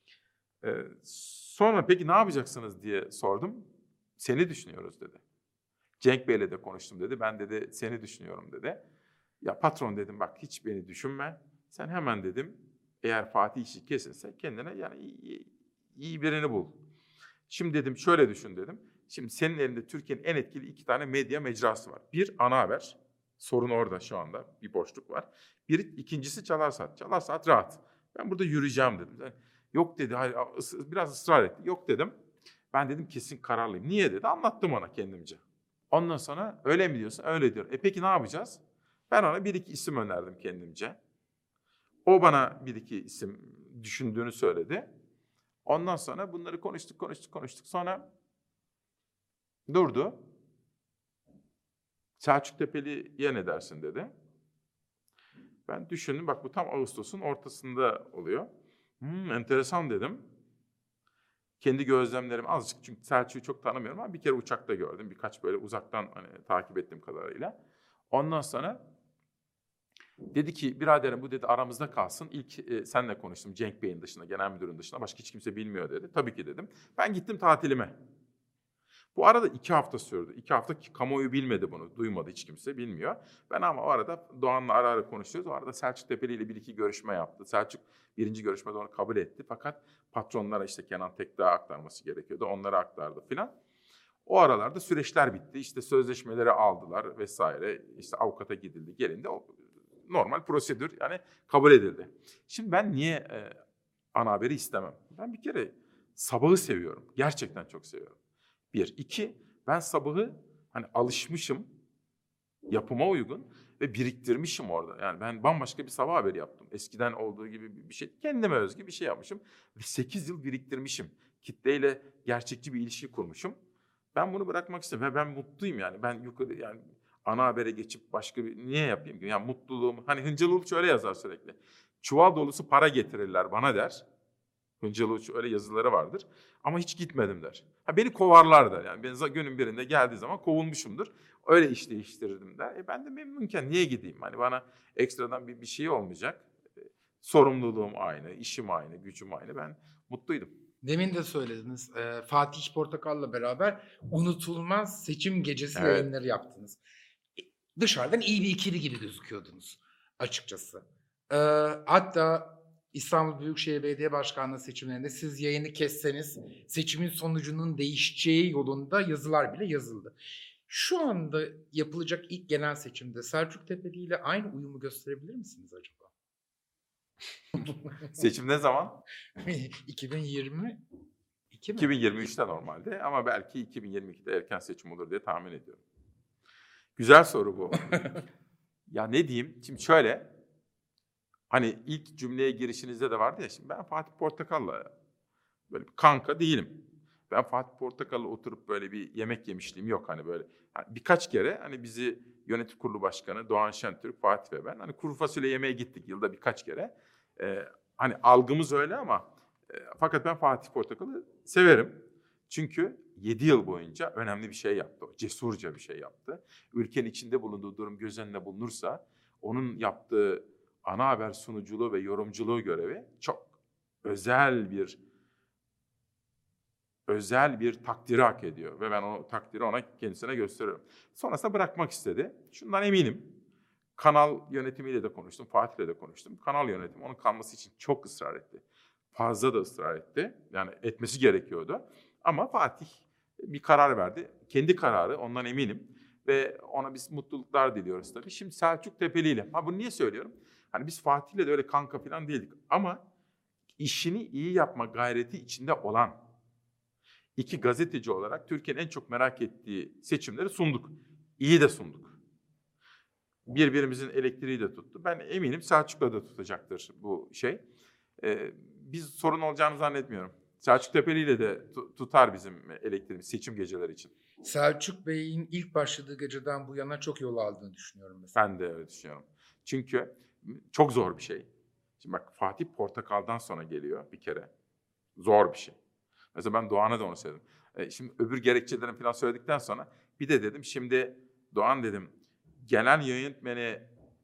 Sonra peki ne yapacaksınız diye sordum. Seni düşünüyoruz dedi. Cenk Bey'le de konuştum dedi. Ben dedi seni düşünüyorum dedi. Ya patron dedim, bak hiç beni düşünme. Sen hemen dedim, eğer Fatih işi kesilse kendine yani iyi birini bul. Şimdi dedim şöyle düşün dedim. Şimdi senin elinde Türkiye'nin en etkili 2 tane medya mecrası var. Bir, ana haber. Sorun orada şu anda. Bir boşluk var. İkincisi Çalar Saat. Çalar Saat rahat. Ben burada yürüyeceğim dedim. Yok dedi. Hayır, biraz ısrar etti. Yok dedim. Ben dedim kesin kararlıyım. Niye dedi. Anlattım ona kendimce. Ondan sonra öyle mi diyorsun? Öyle diyor. Peki ne yapacağız? Ben ona 1-2 isim önerdim kendimce. O bana 1-2 isim düşündüğünü söyledi. Ondan sonra bunları konuştuk. Sonra durdu. Selçuk Tepeli'ye ne dersin dedi. Ben düşündüm. Bak bu tam Ağustos'un ortasında oluyor. Enteresan dedim. kendi gözlemlerim azıcık, çünkü Selçuk'u çok tanımıyorum ama bir kere uçakta gördüm. Birkaç böyle uzaktan hani takip ettiğim kadarıyla. Ondan sonra dedi ki biraderim bu dedi aramızda kalsın. İlk senle konuştum, Cenk Bey'in dışında, genel müdürün dışında, başka hiç kimse bilmiyor dedi. Tabii ki dedim. Ben gittim tatilime. Bu arada 2 hafta sürdü. 2 hafta ki kamuoyu bilmedi bunu. Duymadı, hiç kimse bilmiyor. Ben ama o arada Doğan'la ara ara konuşuyoruz. O arada Selçuk Tepeli ile bir iki görüşme yaptı. Selçuk birinci görüşmede onu kabul etti. Fakat patronlara işte Kenan Tekdağ'a aktarması gerekiyordu. Onlara aktardı filan. O aralarda süreçler bitti. İşte sözleşmeleri aldılar vesaire. İşte avukata gidildi, gelindi. O normal prosedür, yani kabul edildi. Şimdi ben niye ana haberi istemem? Ben bir kere sabahı seviyorum. Gerçekten çok seviyorum. Bir. İki, ben sabahı hani alışmışım, yapıma uygun ve biriktirmişim orada. Yani ben bambaşka bir sabah haberi yaptım. Eskiden olduğu gibi bir şey, kendime özgü bir şey yapmışım. Ve 8 yıl biriktirmişim. Kitleyle gerçekçi bir ilişki kurmuşum. Ben bunu bırakmak istemiyorum ve ben mutluyum yani. Ben yukarı, yani ana habere geçip başka bir niye yapayım ki? Yani mutluluğum, hani Hıncal Uluç öyle yazar sürekli. Çuval dolusu para getirirler bana der. Hıncal Uluç öyle yazıları vardır. Ama hiç gitmedim der. Ha, beni kovarlar der. Yani ben günün birinde geldiği zaman kovulmuşumdur. Öyle iş değiştirirdim der. Ben de memnunken niye gideyim? Hani bana ekstradan bir şey olmayacak. Sorumluluğum aynı, işim aynı, gücüm aynı. Ben mutluydum. Demin de söylediniz. Fatih Portakal'la beraber unutulmaz seçim gecesi Evet. yayınları yaptınız. Dışarıdan iyi bir ikili gibi gözüküyordunuz açıkçası. Hatta İstanbul Büyükşehir Belediye Başkanlığı seçimlerinde siz yayını kesseniz seçimin sonucunun değişeceği yolunda yazılar bile yazıldı. Şu anda yapılacak ilk genel seçimde Selçuk Tepeli ile aynı uyumu gösterebilir misiniz acaba? Seçim ne zaman? 2022 mi? 2023'te normalde ama belki 2022'de erken seçim olur diye tahmin ediyorum. Güzel soru bu. Ya ne diyeyim? Şimdi şöyle, hani ilk cümleye girişinizde de vardı ya, şimdi ben Fatih Portakal'la böyle bir kanka değilim. Ben Fatih Portakal'la oturup böyle bir yemek yemişliğim yok hani böyle. Yani birkaç kere hani bizi yönetim kurulu başkanı Doğan Şentürk, Fatih ve ben hani kuru fasulye yemeye gittik yılda birkaç kere. Hani algımız öyle ama fakat ben Fatih Portakal'ı severim. Çünkü 7 yıl boyunca önemli bir şey yaptı. Cesurca bir şey yaptı. Ülkenin içinde bulunduğu durum göz önüne bulunursa onun yaptığı ana haber sunuculuğu ve yorumculuğu görevi çok özel bir takdiri hak ediyor. Ve ben o takdiri kendisine gösteriyorum. Sonrasında bırakmak istedi. Şundan eminim. Kanal yönetimiyle de konuştum, Fatih'le de konuştum. Kanal yönetimi onun kalması için çok ısrar etti. Fazla da ısrar etti. Yani etmesi gerekiyordu. Ama Fatih bir karar verdi. Kendi kararı, ondan eminim. Ve ona biz mutluluklar diliyoruz tabii. Şimdi Selçuk Tepeli'yle. Bunu niye söylüyorum? Hani biz Fatih'le de öyle kanka falan değildik. Ama işini iyi yapma gayreti içinde olan iki gazeteci olarak Türkiye'nin en çok merak ettiği seçimleri sunduk. İyi de sunduk. Birbirimizin elektriği de tuttu. Ben eminim Selçuk'la da tutacaktır bu şey. Biz sorun olacağını zannetmiyorum. Selçuk Tepeli ile de tutar bizim elektriğimiz seçim geceleri için. Selçuk Bey'in ilk başladığı geceden bu yana çok yol aldığını düşünüyorum mesela. Ben de öyle düşünüyorum. Çünkü çok zor bir şey. Şimdi bak, Fatih Portakal'dan sonra geliyor bir kere. Zor bir şey. Mesela ben Doğan'a da onu söyledim. Şimdi öbür gerekçelerini falan söyledikten sonra bir de dedim şimdi Doğan dedim, genel yönetmeni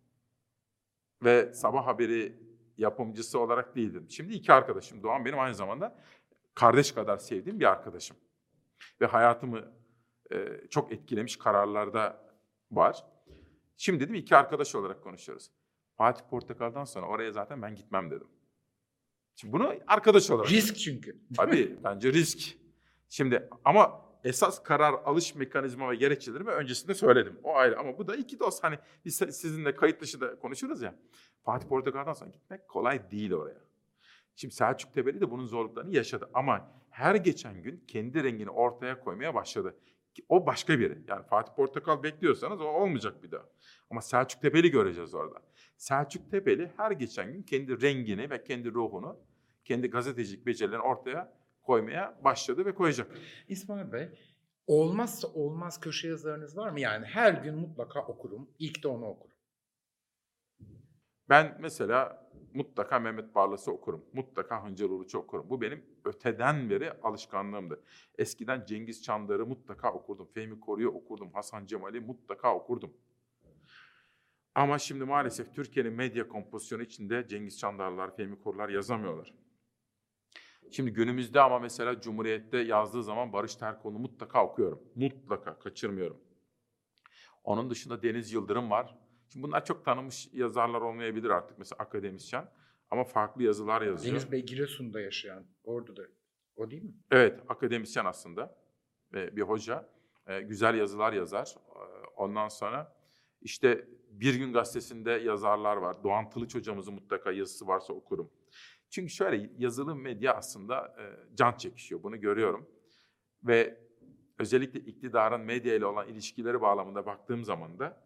ve sabah haberi yapımcısı olarak değildim. Şimdi iki arkadaşım. Doğan benim aynı zamanda kardeş kadar sevdiğim bir arkadaşım. Ve hayatımı çok etkilemiş kararlarda var. Şimdi dedim iki arkadaş olarak konuşuyoruz. Fatih Portakal'dan sonra oraya zaten ben gitmem dedim. Şimdi bunu arkadaş olarak... Risk çünkü. Tabii, bence risk. Şimdi ama esas karar alış mekanizma ve gerekçelerimi öncesinde söyledim. O ayrı ama bu da iki dost. Hani biz sizinle kayıt dışı da konuşuruz ya. Fatih Portakal'dan sonra gitmek kolay değil oraya. Şimdi Selçuk Tepeli de bunun zorluklarını yaşadı. Ama her geçen gün kendi rengini ortaya koymaya başladı. O başka biri. Yani Fatih Portakal bekliyorsanız o olmayacak bir daha. Ama Selçuk Tepeli göreceğiz orada. Selçuk Tepeli her geçen gün kendi rengini ve kendi ruhunu, kendi gazetecilik becerilerini ortaya koymaya başladı ve koyacak. İsmail Bey, olmazsa olmaz köşe yazılarınız var mı? Yani her gün mutlaka okurum. İlk de onu okurum. Ben mesela mutlaka Mehmet Barlas'ı okurum. Mutlaka Hıncal Uluç'u okurum. Bu benim öteden beri alışkanlığımdı. Eskiden Cengiz Çandar'ı mutlaka okurdum. Fehmi Koruy'u okurdum. Hasan Cemal'i mutlaka okurdum. Ama şimdi maalesef Türkiye'nin medya kompozisyonu içinde Cengiz Çandarlar, Fehmi Korurlar yazamıyorlar. Şimdi günümüzde ama mesela Cumhuriyet'te yazdığı zaman Barış Terkoğlu'nu mutlaka okuyorum. Mutlaka, kaçırmıyorum. Onun dışında Deniz Yıldırım var. Şimdi bunlar çok tanınmış yazarlar olmayabilir artık. Mesela akademisyen ama farklı yazılar yazıyor. Deniz Bey Giresun'da yaşayan, Ordu'da. O değil mi? Evet, akademisyen aslında ve bir hoca. Güzel yazılar yazar. Ondan sonra işte Bir Gün Gazetesi'nde yazarlar var. Doğan Tılıç hocamızın mutlaka yazısı varsa okurum. Çünkü şöyle yazılı medya aslında can çekişiyor. Bunu görüyorum. Ve özellikle iktidarın medya ile olan ilişkileri bağlamında baktığım zaman da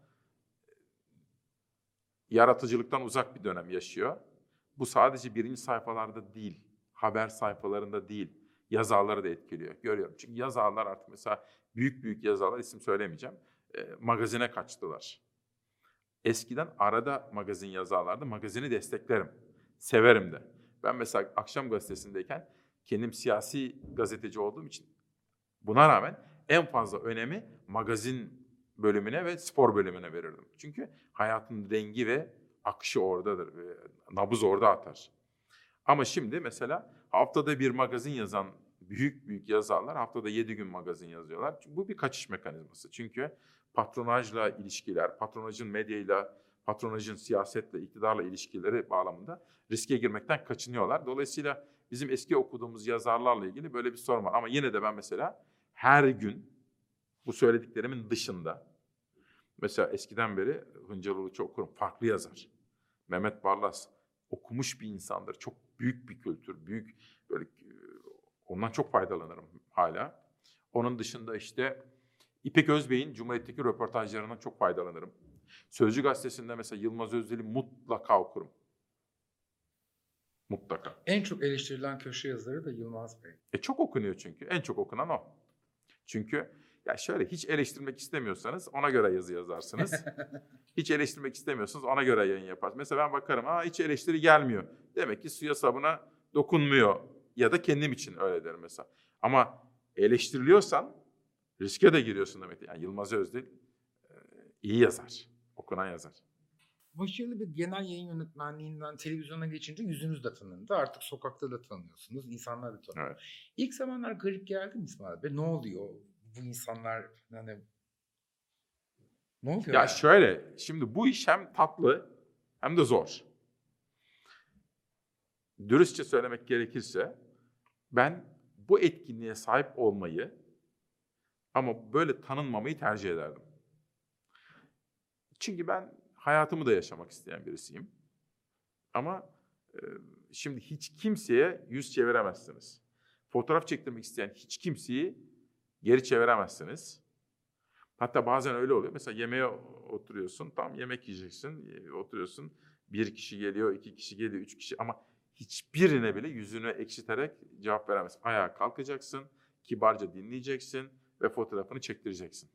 yaratıcılıktan uzak bir dönem yaşıyor. Bu sadece birinci sayfalarda değil, haber sayfalarında değil, yazarları da etkiliyor. Görüyorum. Çünkü yazarlar artık mesela büyük yazarlar, isim söylemeyeceğim, magazine kaçtılar. Eskiden arada magazin yazarlardı, magazini desteklerim, severim de. Ben mesela Akşam Gazetesi'ndeyken kendim siyasi gazeteci olduğum için buna rağmen en fazla önemi magazin bölümüne ve spor bölümüne verirdim. Çünkü hayatın rengi ve akışı oradadır. Nabız orada atar. Ama şimdi mesela haftada bir magazin yazan büyük yazarlar haftada 7 gün magazin yazıyorlar. Bu bir kaçış mekanizması. Çünkü patronajla ilişkiler, patronajın medyayla, patronajın siyasetle, iktidarla ilişkileri bağlamında riske girmekten kaçınıyorlar. Dolayısıyla bizim eski okuduğumuz yazarlarla ilgili böyle bir sorun var. Ama yine de ben mesela her gün bu söylediklerimin dışında, mesela eskiden beri Hıncal Uluç'u okurum, farklı yazar. Mehmet Barlas okumuş bir insandır, çok büyük bir kültür, büyük böyle ondan çok faydalanırım hala. Onun dışında işte İpek Özbey'in Cumhuriyet'teki röportajlarından çok faydalanırım. Sözcü Gazetesi'nde mesela Yılmaz Özdil'i mutlaka okurum. Mutlaka. En çok eleştirilen köşe yazarı da Yılmaz Bey. Çok okunuyor çünkü. En çok okunan o. Çünkü ya şöyle hiç eleştirmek istemiyorsanız ona göre yazı yazarsınız. Hiç eleştirmek istemiyorsanız ona göre yayın yaparsınız. Mesela ben bakarım hiç eleştiri gelmiyor. Demek ki suya sabuna dokunmuyor. Ya da kendim için öyle derim mesela. Ama eleştiriliyorsan riske de giriyorsun demek. Yani Yılmaz Özdil iyi yazar. Okunan yazar. Başarılı bir genel yayın yönetmenliğinden televizyona geçince yüzünüz de tanındı. Artık sokakta da tanıyorsunuz. İnsanlar da tanıyor. Evet. İlk zamanlar garip geldi mi İsmail Bey? Ne oluyor? Bu insanlar hani ne oluyor? Ya şöyle, şimdi bu iş hem tatlı hem de zor. Dürüstçe söylemek gerekirse ben bu etkinliğe sahip olmayı ama böyle tanınmamayı tercih ederdim. Çünkü ben hayatımı da yaşamak isteyen birisiyim. Ama şimdi hiç kimseye yüz çeviremezsiniz. Fotoğraf çektirmek isteyen hiç kimseyi geri çeviremezsiniz. Hatta bazen öyle oluyor. Mesela yemeğe oturuyorsun, tam yemek yiyeceksin, oturuyorsun. Bir kişi geliyor, 2 kişi geliyor, 3 kişi ama hiçbirine bile yüzünü ekşiterek cevap veremezsin. Ayağa kalkacaksın, kibarca dinleyeceksin ve fotoğrafını çektireceksin.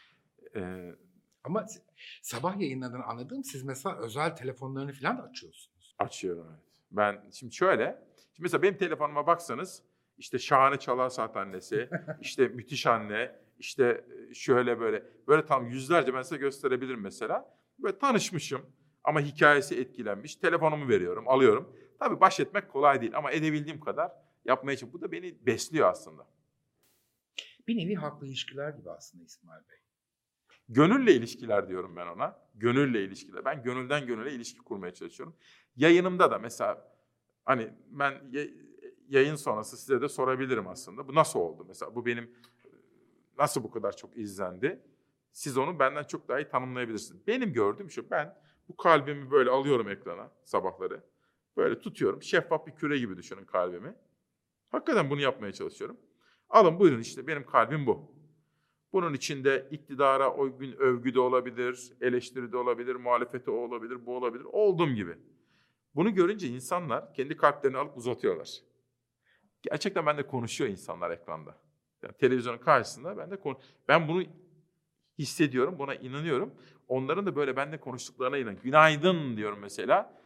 Ama sabah yayınlarından anladığım siz mesela özel telefonlarını falan da açıyorsunuz. Açıyorum, evet. Ben şimdi şöyle, mesela benim telefonuma baksanız işte şahane çalar saat annesi, işte müthiş anne, işte şöyle böyle tam yüzlerce ben size gösterebilirim mesela. Böyle tanışmışım ama hikayesi etkilenmiş. Telefonumu veriyorum, alıyorum. Tabii baş etmek kolay değil ama edebildiğim kadar yapmaya çalışıyorum. Bu da beni besliyor aslında. Bir nevi haklı ilişkiler gibi aslında İsmail Bey. Gönülle ilişkiler diyorum ben ona. Gönülle ilişkiler. Ben gönülden gönüle ilişki kurmaya çalışıyorum. Yayınımda da mesela hani ben yayın sonrası size de sorabilirim aslında. Bu nasıl oldu? Mesela bu benim nasıl bu kadar çok izlendi? Siz onu benden çok daha iyi tanımlayabilirsiniz. Benim gördüğüm şu, ben bu kalbimi böyle alıyorum ekrana sabahları. Böyle tutuyorum. Şeffaf bir küre gibi düşünün kalbimi. Hakikaten bunu yapmaya çalışıyorum. Alın buyurun işte benim kalbim bu. Bunun içinde iktidara o gün övgü de olabilir, eleştiri de olabilir, muhalefeti olabilir, bu olabilir. Olduğum gibi. Bunu görünce insanlar kendi kalplerini alıp uzatıyorlar. Gerçekten bende konuşuyor insanlar ekranda. Yani televizyonun karşısında ben bunu hissediyorum, buna inanıyorum. Onların da böyle bende konuştuklarına inanıyorum. Günaydın diyorum mesela.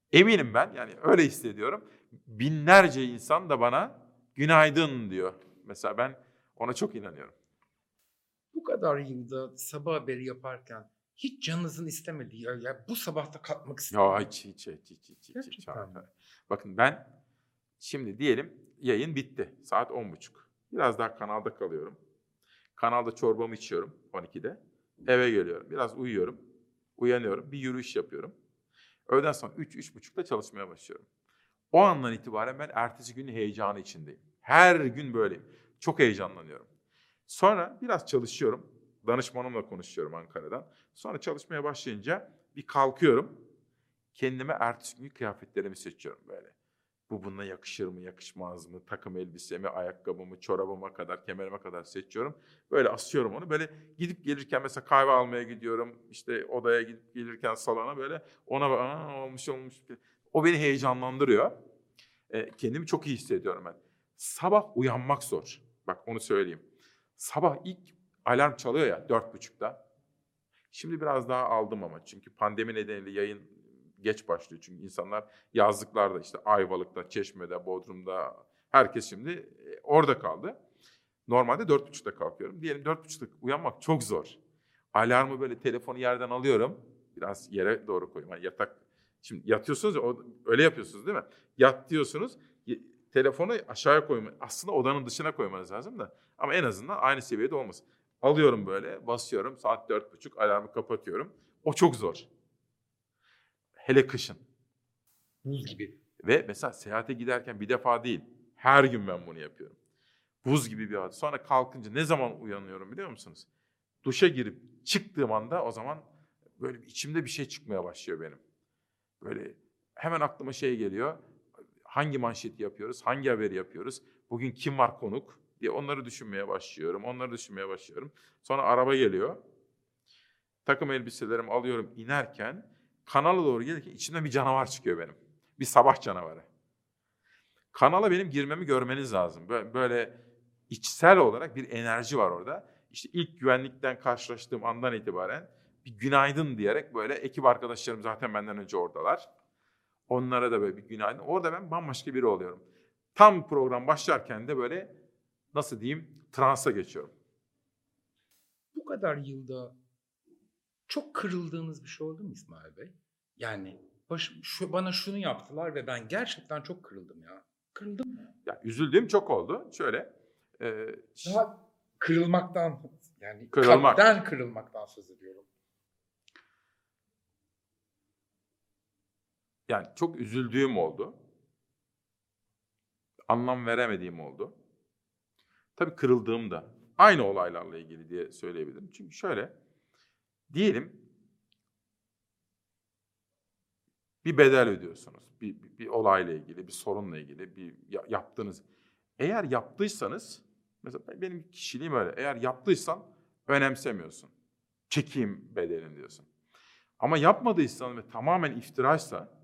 Eminim ben, yani öyle hissediyorum. Binlerce insan da bana günaydın diyor. Mesela ben ona çok inanıyorum. Bu kadar yılda sabah haberi yaparken hiç canınızın istemediği ya bu sabahta kalkmak Ya istiyorum. hiç. Gerçekten Hayır, mi? hayır. Bakın ben şimdi diyelim yayın bitti. Saat 10.30. Biraz daha kanalda kalıyorum. Kanalda çorbamı içiyorum 12'de. Eve geliyorum. Biraz uyuyorum. Uyanıyorum. Bir yürüyüş yapıyorum. Öğleden sonra 3-3.30'da çalışmaya başlıyorum. O andan itibaren ben ertesi günün heyecanı içindeyim. Her gün böyleyim. Çok heyecanlanıyorum. Sonra biraz çalışıyorum. Danışmanımla konuşuyorum Ankara'dan. Sonra çalışmaya başlayınca bir kalkıyorum. Kendime ertesi gün kıyafetlerimi seçiyorum böyle. Bu bununla yakışır mı, yakışmaz mı? Takım elbisemi, ayakkabımı, çorabıma kadar, kemerime kadar seçiyorum. Böyle asıyorum onu. Böyle gidip gelirken mesela kahve almaya gidiyorum. İşte odaya gidip gelirken salona böyle ona olmuş. O beni heyecanlandırıyor. Kendimi çok iyi hissediyorum ben. Sabah uyanmak zor. Bak onu söyleyeyim. Sabah ilk alarm çalıyor ya 4.30'da. Şimdi biraz daha aldım ama çünkü pandemi nedeniyle yayın geç başlıyor. Çünkü insanlar yazlıklarda işte Ayvalık'ta, Çeşme'de, Bodrum'da herkes şimdi orada kaldı. Normalde 4.30'da kalkıyorum. Diyelim 4.30'da uyanmak çok zor. Alarmı böyle telefonu yerden alıyorum. Biraz yere doğru koyuyorum. Yani yatak. Şimdi yatıyorsunuz ya öyle yapıyorsunuz değil mi? Yat diyorsunuz. Telefonu aşağıya koyma. Aslında odanın dışına koymanız lazım da. Ama en azından aynı seviyede olmasın. Alıyorum böyle, basıyorum. Saat 4.30 alarmı kapatıyorum. O çok zor. Hele kışın. Buz gibi. Ve mesela seyahate giderken bir defa değil. Her gün ben bunu yapıyorum. Buz gibi bir hava. Sonra kalkınca ne zaman uyanıyorum biliyor musunuz? Duşa girip çıktığım anda o zaman böyle içimde bir şey çıkmaya başlıyor benim. Böyle hemen aklıma şey geliyor. Hangi manşeti yapıyoruz? Hangi haberi yapıyoruz? Bugün kim var konuk diye onları düşünmeye başlıyorum. Sonra araba geliyor. Takım elbiselerimi alıyorum inerken kanala doğru gelirken içimden bir canavar çıkıyor benim. Bir sabah canavarı. Kanala benim girmemi görmeniz lazım. Böyle içsel olarak bir enerji var orada. İşte ilk güvenlikten karşılaştığım andan itibaren bir günaydın diyerek böyle ekip arkadaşlarım zaten benden önce oradalar. Onlara da böyle bir günaydın. Orada ben bambaşka biri oluyorum. Tam program başlarken de böyle nasıl diyeyim transa geçiyorum. Bu kadar yılda çok kırıldığınız bir şey oldu mu İsmail Bey? Yani bana şunu yaptılar ve ben gerçekten çok kırıldım ya. Kırıldım mı? Ya üzüldüğüm çok oldu. Şöyle Daha kırılmaktan yani Kırılmak. kalpten kırılmaktan söz ediyorum. yani çok üzüldüğüm oldu. Anlam veremediğim oldu. Tabii kırıldığım da aynı olaylarla ilgili diye söyleyebilirim. Çünkü şöyle diyelim bir bedel ödüyorsunuz. Bir olayla ilgili, bir sorunla ilgili, yaptığınız. Eğer yaptıysanız, mesela benim kişiliğim öyle. Eğer yaptıysan önemsemiyorsun. Çekeyim bedelini diyorsun. Ama yapmadıysan ve tamamen iftiraysa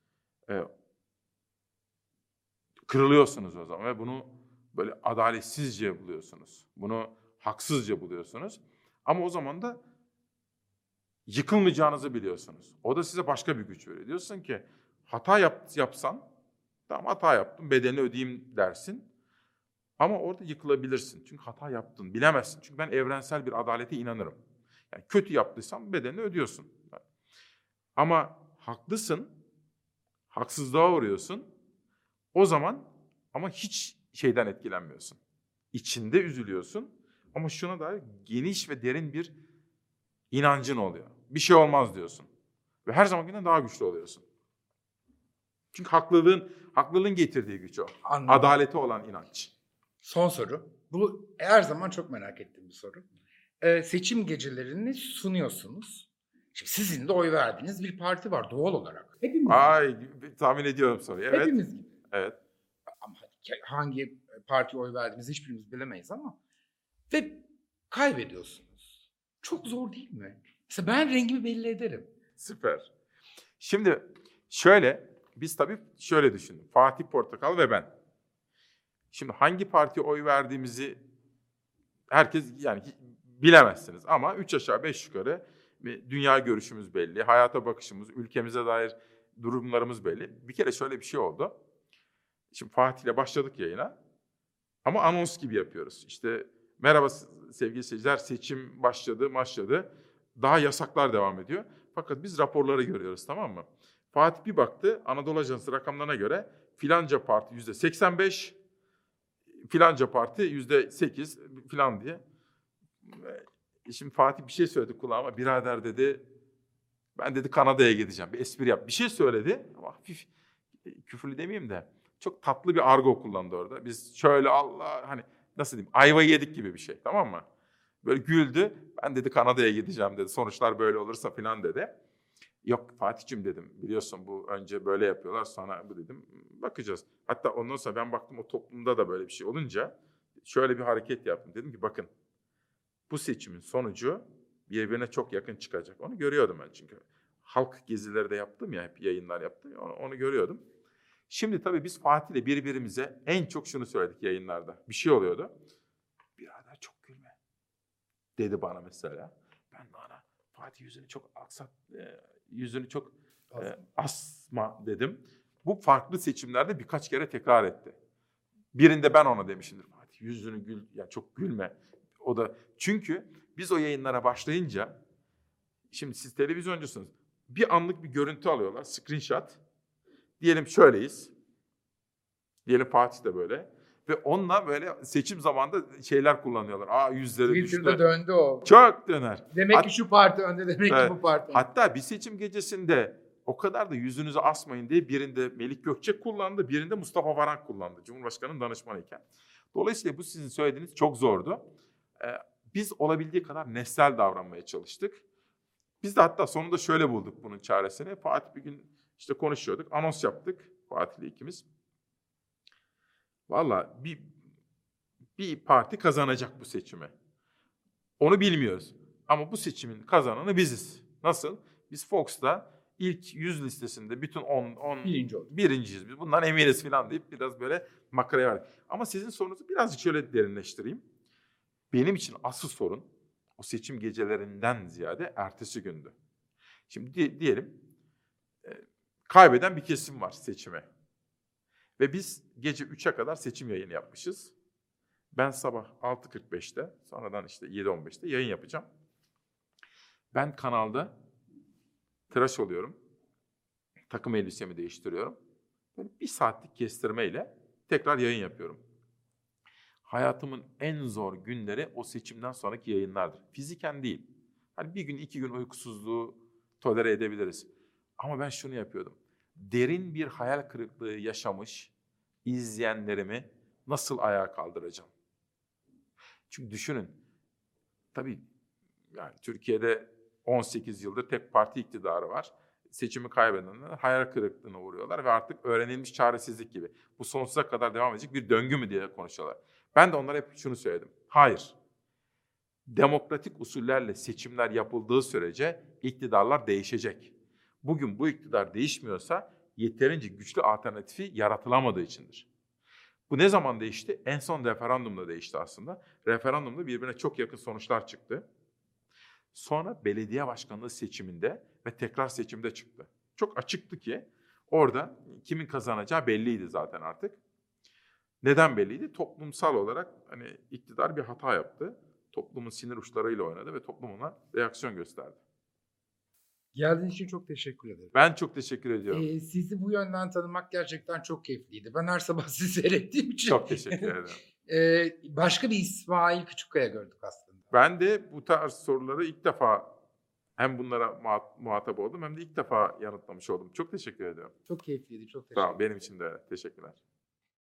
kırılıyorsunuz o zaman ve bunu böyle adaletsizce buluyorsunuz. Bunu haksızca buluyorsunuz. Ama o zaman da yıkılmayacağınızı biliyorsunuz. O da size başka bir güç veriyor. Diyorsun ki hata yapsan, tamam hata yaptım, bedelini ödeyeyim dersin. Ama orada yıkılabilirsin. Çünkü hata yaptın, bilemezsin. Çünkü ben evrensel bir adalete inanırım. Yani kötü yaptıysan bedelini ödüyorsun. Ama haklısın, haksızlığa uğruyorsun. O zaman ama hiç şeyden etkilenmiyorsun. İçinde üzülüyorsun ama şuna dair geniş ve derin bir inancın oluyor. Bir şey olmaz diyorsun. Ve her zamankinden daha güçlü oluyorsun. Çünkü haklılığın getirdiği güç o. Anladım. Adalete olan inanç. Son soru. Bu her zaman çok merak ettiğim bir soru. Seçim gecelerini sunuyorsunuz. Şimdi sizin de oy verdiğiniz bir parti var doğal olarak. Hepimiz Tahmin ediyorum soruyu. Evet. Hepimiz gibi. Evet. Ama hangi partiye oy verdiğimizi hiçbirimiz bilemeyiz ama. Ve kaybediyorsunuz. Çok zor değil mi? Mesela ben rengimi belli ederim. Süper. Şimdi biz tabii şöyle düşündük. Fatih Portakal ve ben. Şimdi hangi partiye oy verdiğimizi herkes yani bilemezsiniz. Ama 3 aşağı 5 yukarı dünya görüşümüz belli. Hayata bakışımız, ülkemize dair durumlarımız belli. Bir kere şöyle bir şey oldu. Şimdi Fatih'le başladık yayına ama anons gibi yapıyoruz. İşte merhaba sevgili seyirciler, seçim başladı. Daha yasaklar devam ediyor. Fakat biz raporları görüyoruz, tamam mı? Fatih bir baktı, Anadolu Ajansı rakamlarına göre filanca parti %85, filanca parti %8 filan diye. Şimdi Fatih bir şey söyledi kulağıma. Birader dedi, ben dedi Kanada'ya gideceğim. Bir espri yap. Bir şey söyledi ama hafif küfürlü demeyeyim de çok tatlı bir argo kullandı orada. Biz şöyle Allah hani nasıl diyeyim ayva yedik gibi bir şey, tamam mı? Böyle güldü. Ben dedi Kanada'ya gideceğim dedi. Sonuçlar böyle olursa filan dedi. Yok Fatih'cim dedim. Biliyorsun bu önce böyle yapıyorlar sonra bu dedim. Bakacağız. Hatta ondan sonra ben baktım o toplumda da böyle bir şey olunca şöyle bir hareket yaptım. Dedim ki bakın bu seçimin sonucu birbirine çok yakın çıkacak. Onu görüyordum ben çünkü. Halk gezileri de yaptım ya, hep yayınlar yaptım. Onu görüyordum. Şimdi tabii biz Fatih'le birbirimize en çok şunu söyledik yayınlarda. Bir şey oluyordu. Birader çok gülme dedi bana mesela. Ben de ona Fatih yüzünü çok asma dedim. Bu farklı seçimlerde birkaç kere tekrar etti. Birinde ben ona demişimdir. Fatih yüzünü ya çok gülme. O da çünkü biz o yayınlara başlayınca şimdi siz televizyoncusunuz. Bir anlık bir görüntü alıyorlar. Screenshot. Diyelim şöyleyiz. Diyelim Fatih de böyle. Ve onunla böyle seçim zamanında şeyler kullanıyorlar. Yüzleri düştü. Twitter'da döndü o. Çok döner. Demek ki şu parti önde, demek Evet. ki bu parti önde. Hatta bir seçim gecesinde o kadar da yüzünüzü asmayın diye birinde Melik Gökçek kullandı, birinde Mustafa Varank kullandı. Cumhurbaşkanı'nın danışmanıyken. Dolayısıyla bu sizin söylediğiniz çok zordu. Biz olabildiği kadar nesnel davranmaya çalıştık. Biz de hatta sonunda şöyle bulduk bunun çaresini. Fatih bir gün işte konuşuyorduk, anons yaptık Fatih'le ikimiz. Vallahi bir parti kazanacak bu seçimi. Onu bilmiyoruz. Ama bu seçimin kazananı biziz. Nasıl? Biz Fox'ta ilk 100 listesinde bütün 10 Birinci olduk. birinciyiz. Biz bundan eminiz falan deyip biraz böyle makaraya verdik. Ama sizin sorunuzu birazcık şöyle derinleştireyim. Benim için asıl sorun o seçim gecelerinden ziyade ertesi gündü. Şimdi diyelim kaybeden bir kesim var seçime. Ve biz gece 3'e kadar seçim yayını yapmışız. Ben sabah 6.45'te, sonradan işte 7.15'te yayın yapacağım. Ben kanalda tıraş oluyorum. Takım elbisemi değiştiriyorum. Böyle 1 saatlik kestirmeyle tekrar yayın yapıyorum. Hayatımın en zor günleri o seçimden sonraki yayınlardır. Fiziken değil. Hani 1 gün 2 gün uykusuzluğu tolere edebiliriz. Ama ben şunu yapıyordum. Derin bir hayal kırıklığı yaşamış izleyenlerimi nasıl ayağa kaldıracağım? Çünkü düşünün, tabii yani Türkiye'de 18 yıldır tek parti iktidarı var. Seçimi kaybedenler hayal kırıklığına uğruyorlar ve artık öğrenilmiş çaresizlik gibi. Bu sonsuza kadar devam edecek bir döngü mü diye konuşuyorlar. Ben de onlara hep şunu söyledim. Hayır. Demokratik usullerle seçimler yapıldığı sürece iktidarlar değişecek. Bugün bu iktidar değişmiyorsa yeterince güçlü alternatifi yaratılamadığı içindir. Bu ne zaman değişti? En son referandumda değişti aslında. Referandumda birbirine çok yakın sonuçlar çıktı. Sonra belediye başkanlığı seçiminde ve tekrar seçimde çıktı. Çok açıktı ki orada kimin kazanacağı belliydi zaten artık. Neden belliydi? Toplumsal olarak hani iktidar bir hata yaptı. Toplumun sinir uçlarıyla oynadı ve toplum ona reaksiyon gösterdi. Geldiğiniz için çok teşekkür ederim. Ben çok teşekkür ediyorum. Sizi bu yönden tanımak gerçekten çok keyifliydi. Ben her sabah sizi seyrettiğim için. Çok teşekkür ederim. Başka bir İsmail Küçükkaya gördük aslında. Ben de bu tarz soruları ilk defa hem bunlara muhatap oldum hem de ilk defa yanıtlamış oldum. Çok teşekkür ediyorum. Çok keyifliydi. Çok teşekkür Sağ ederim. ol, benim için de öyle. Teşekkürler.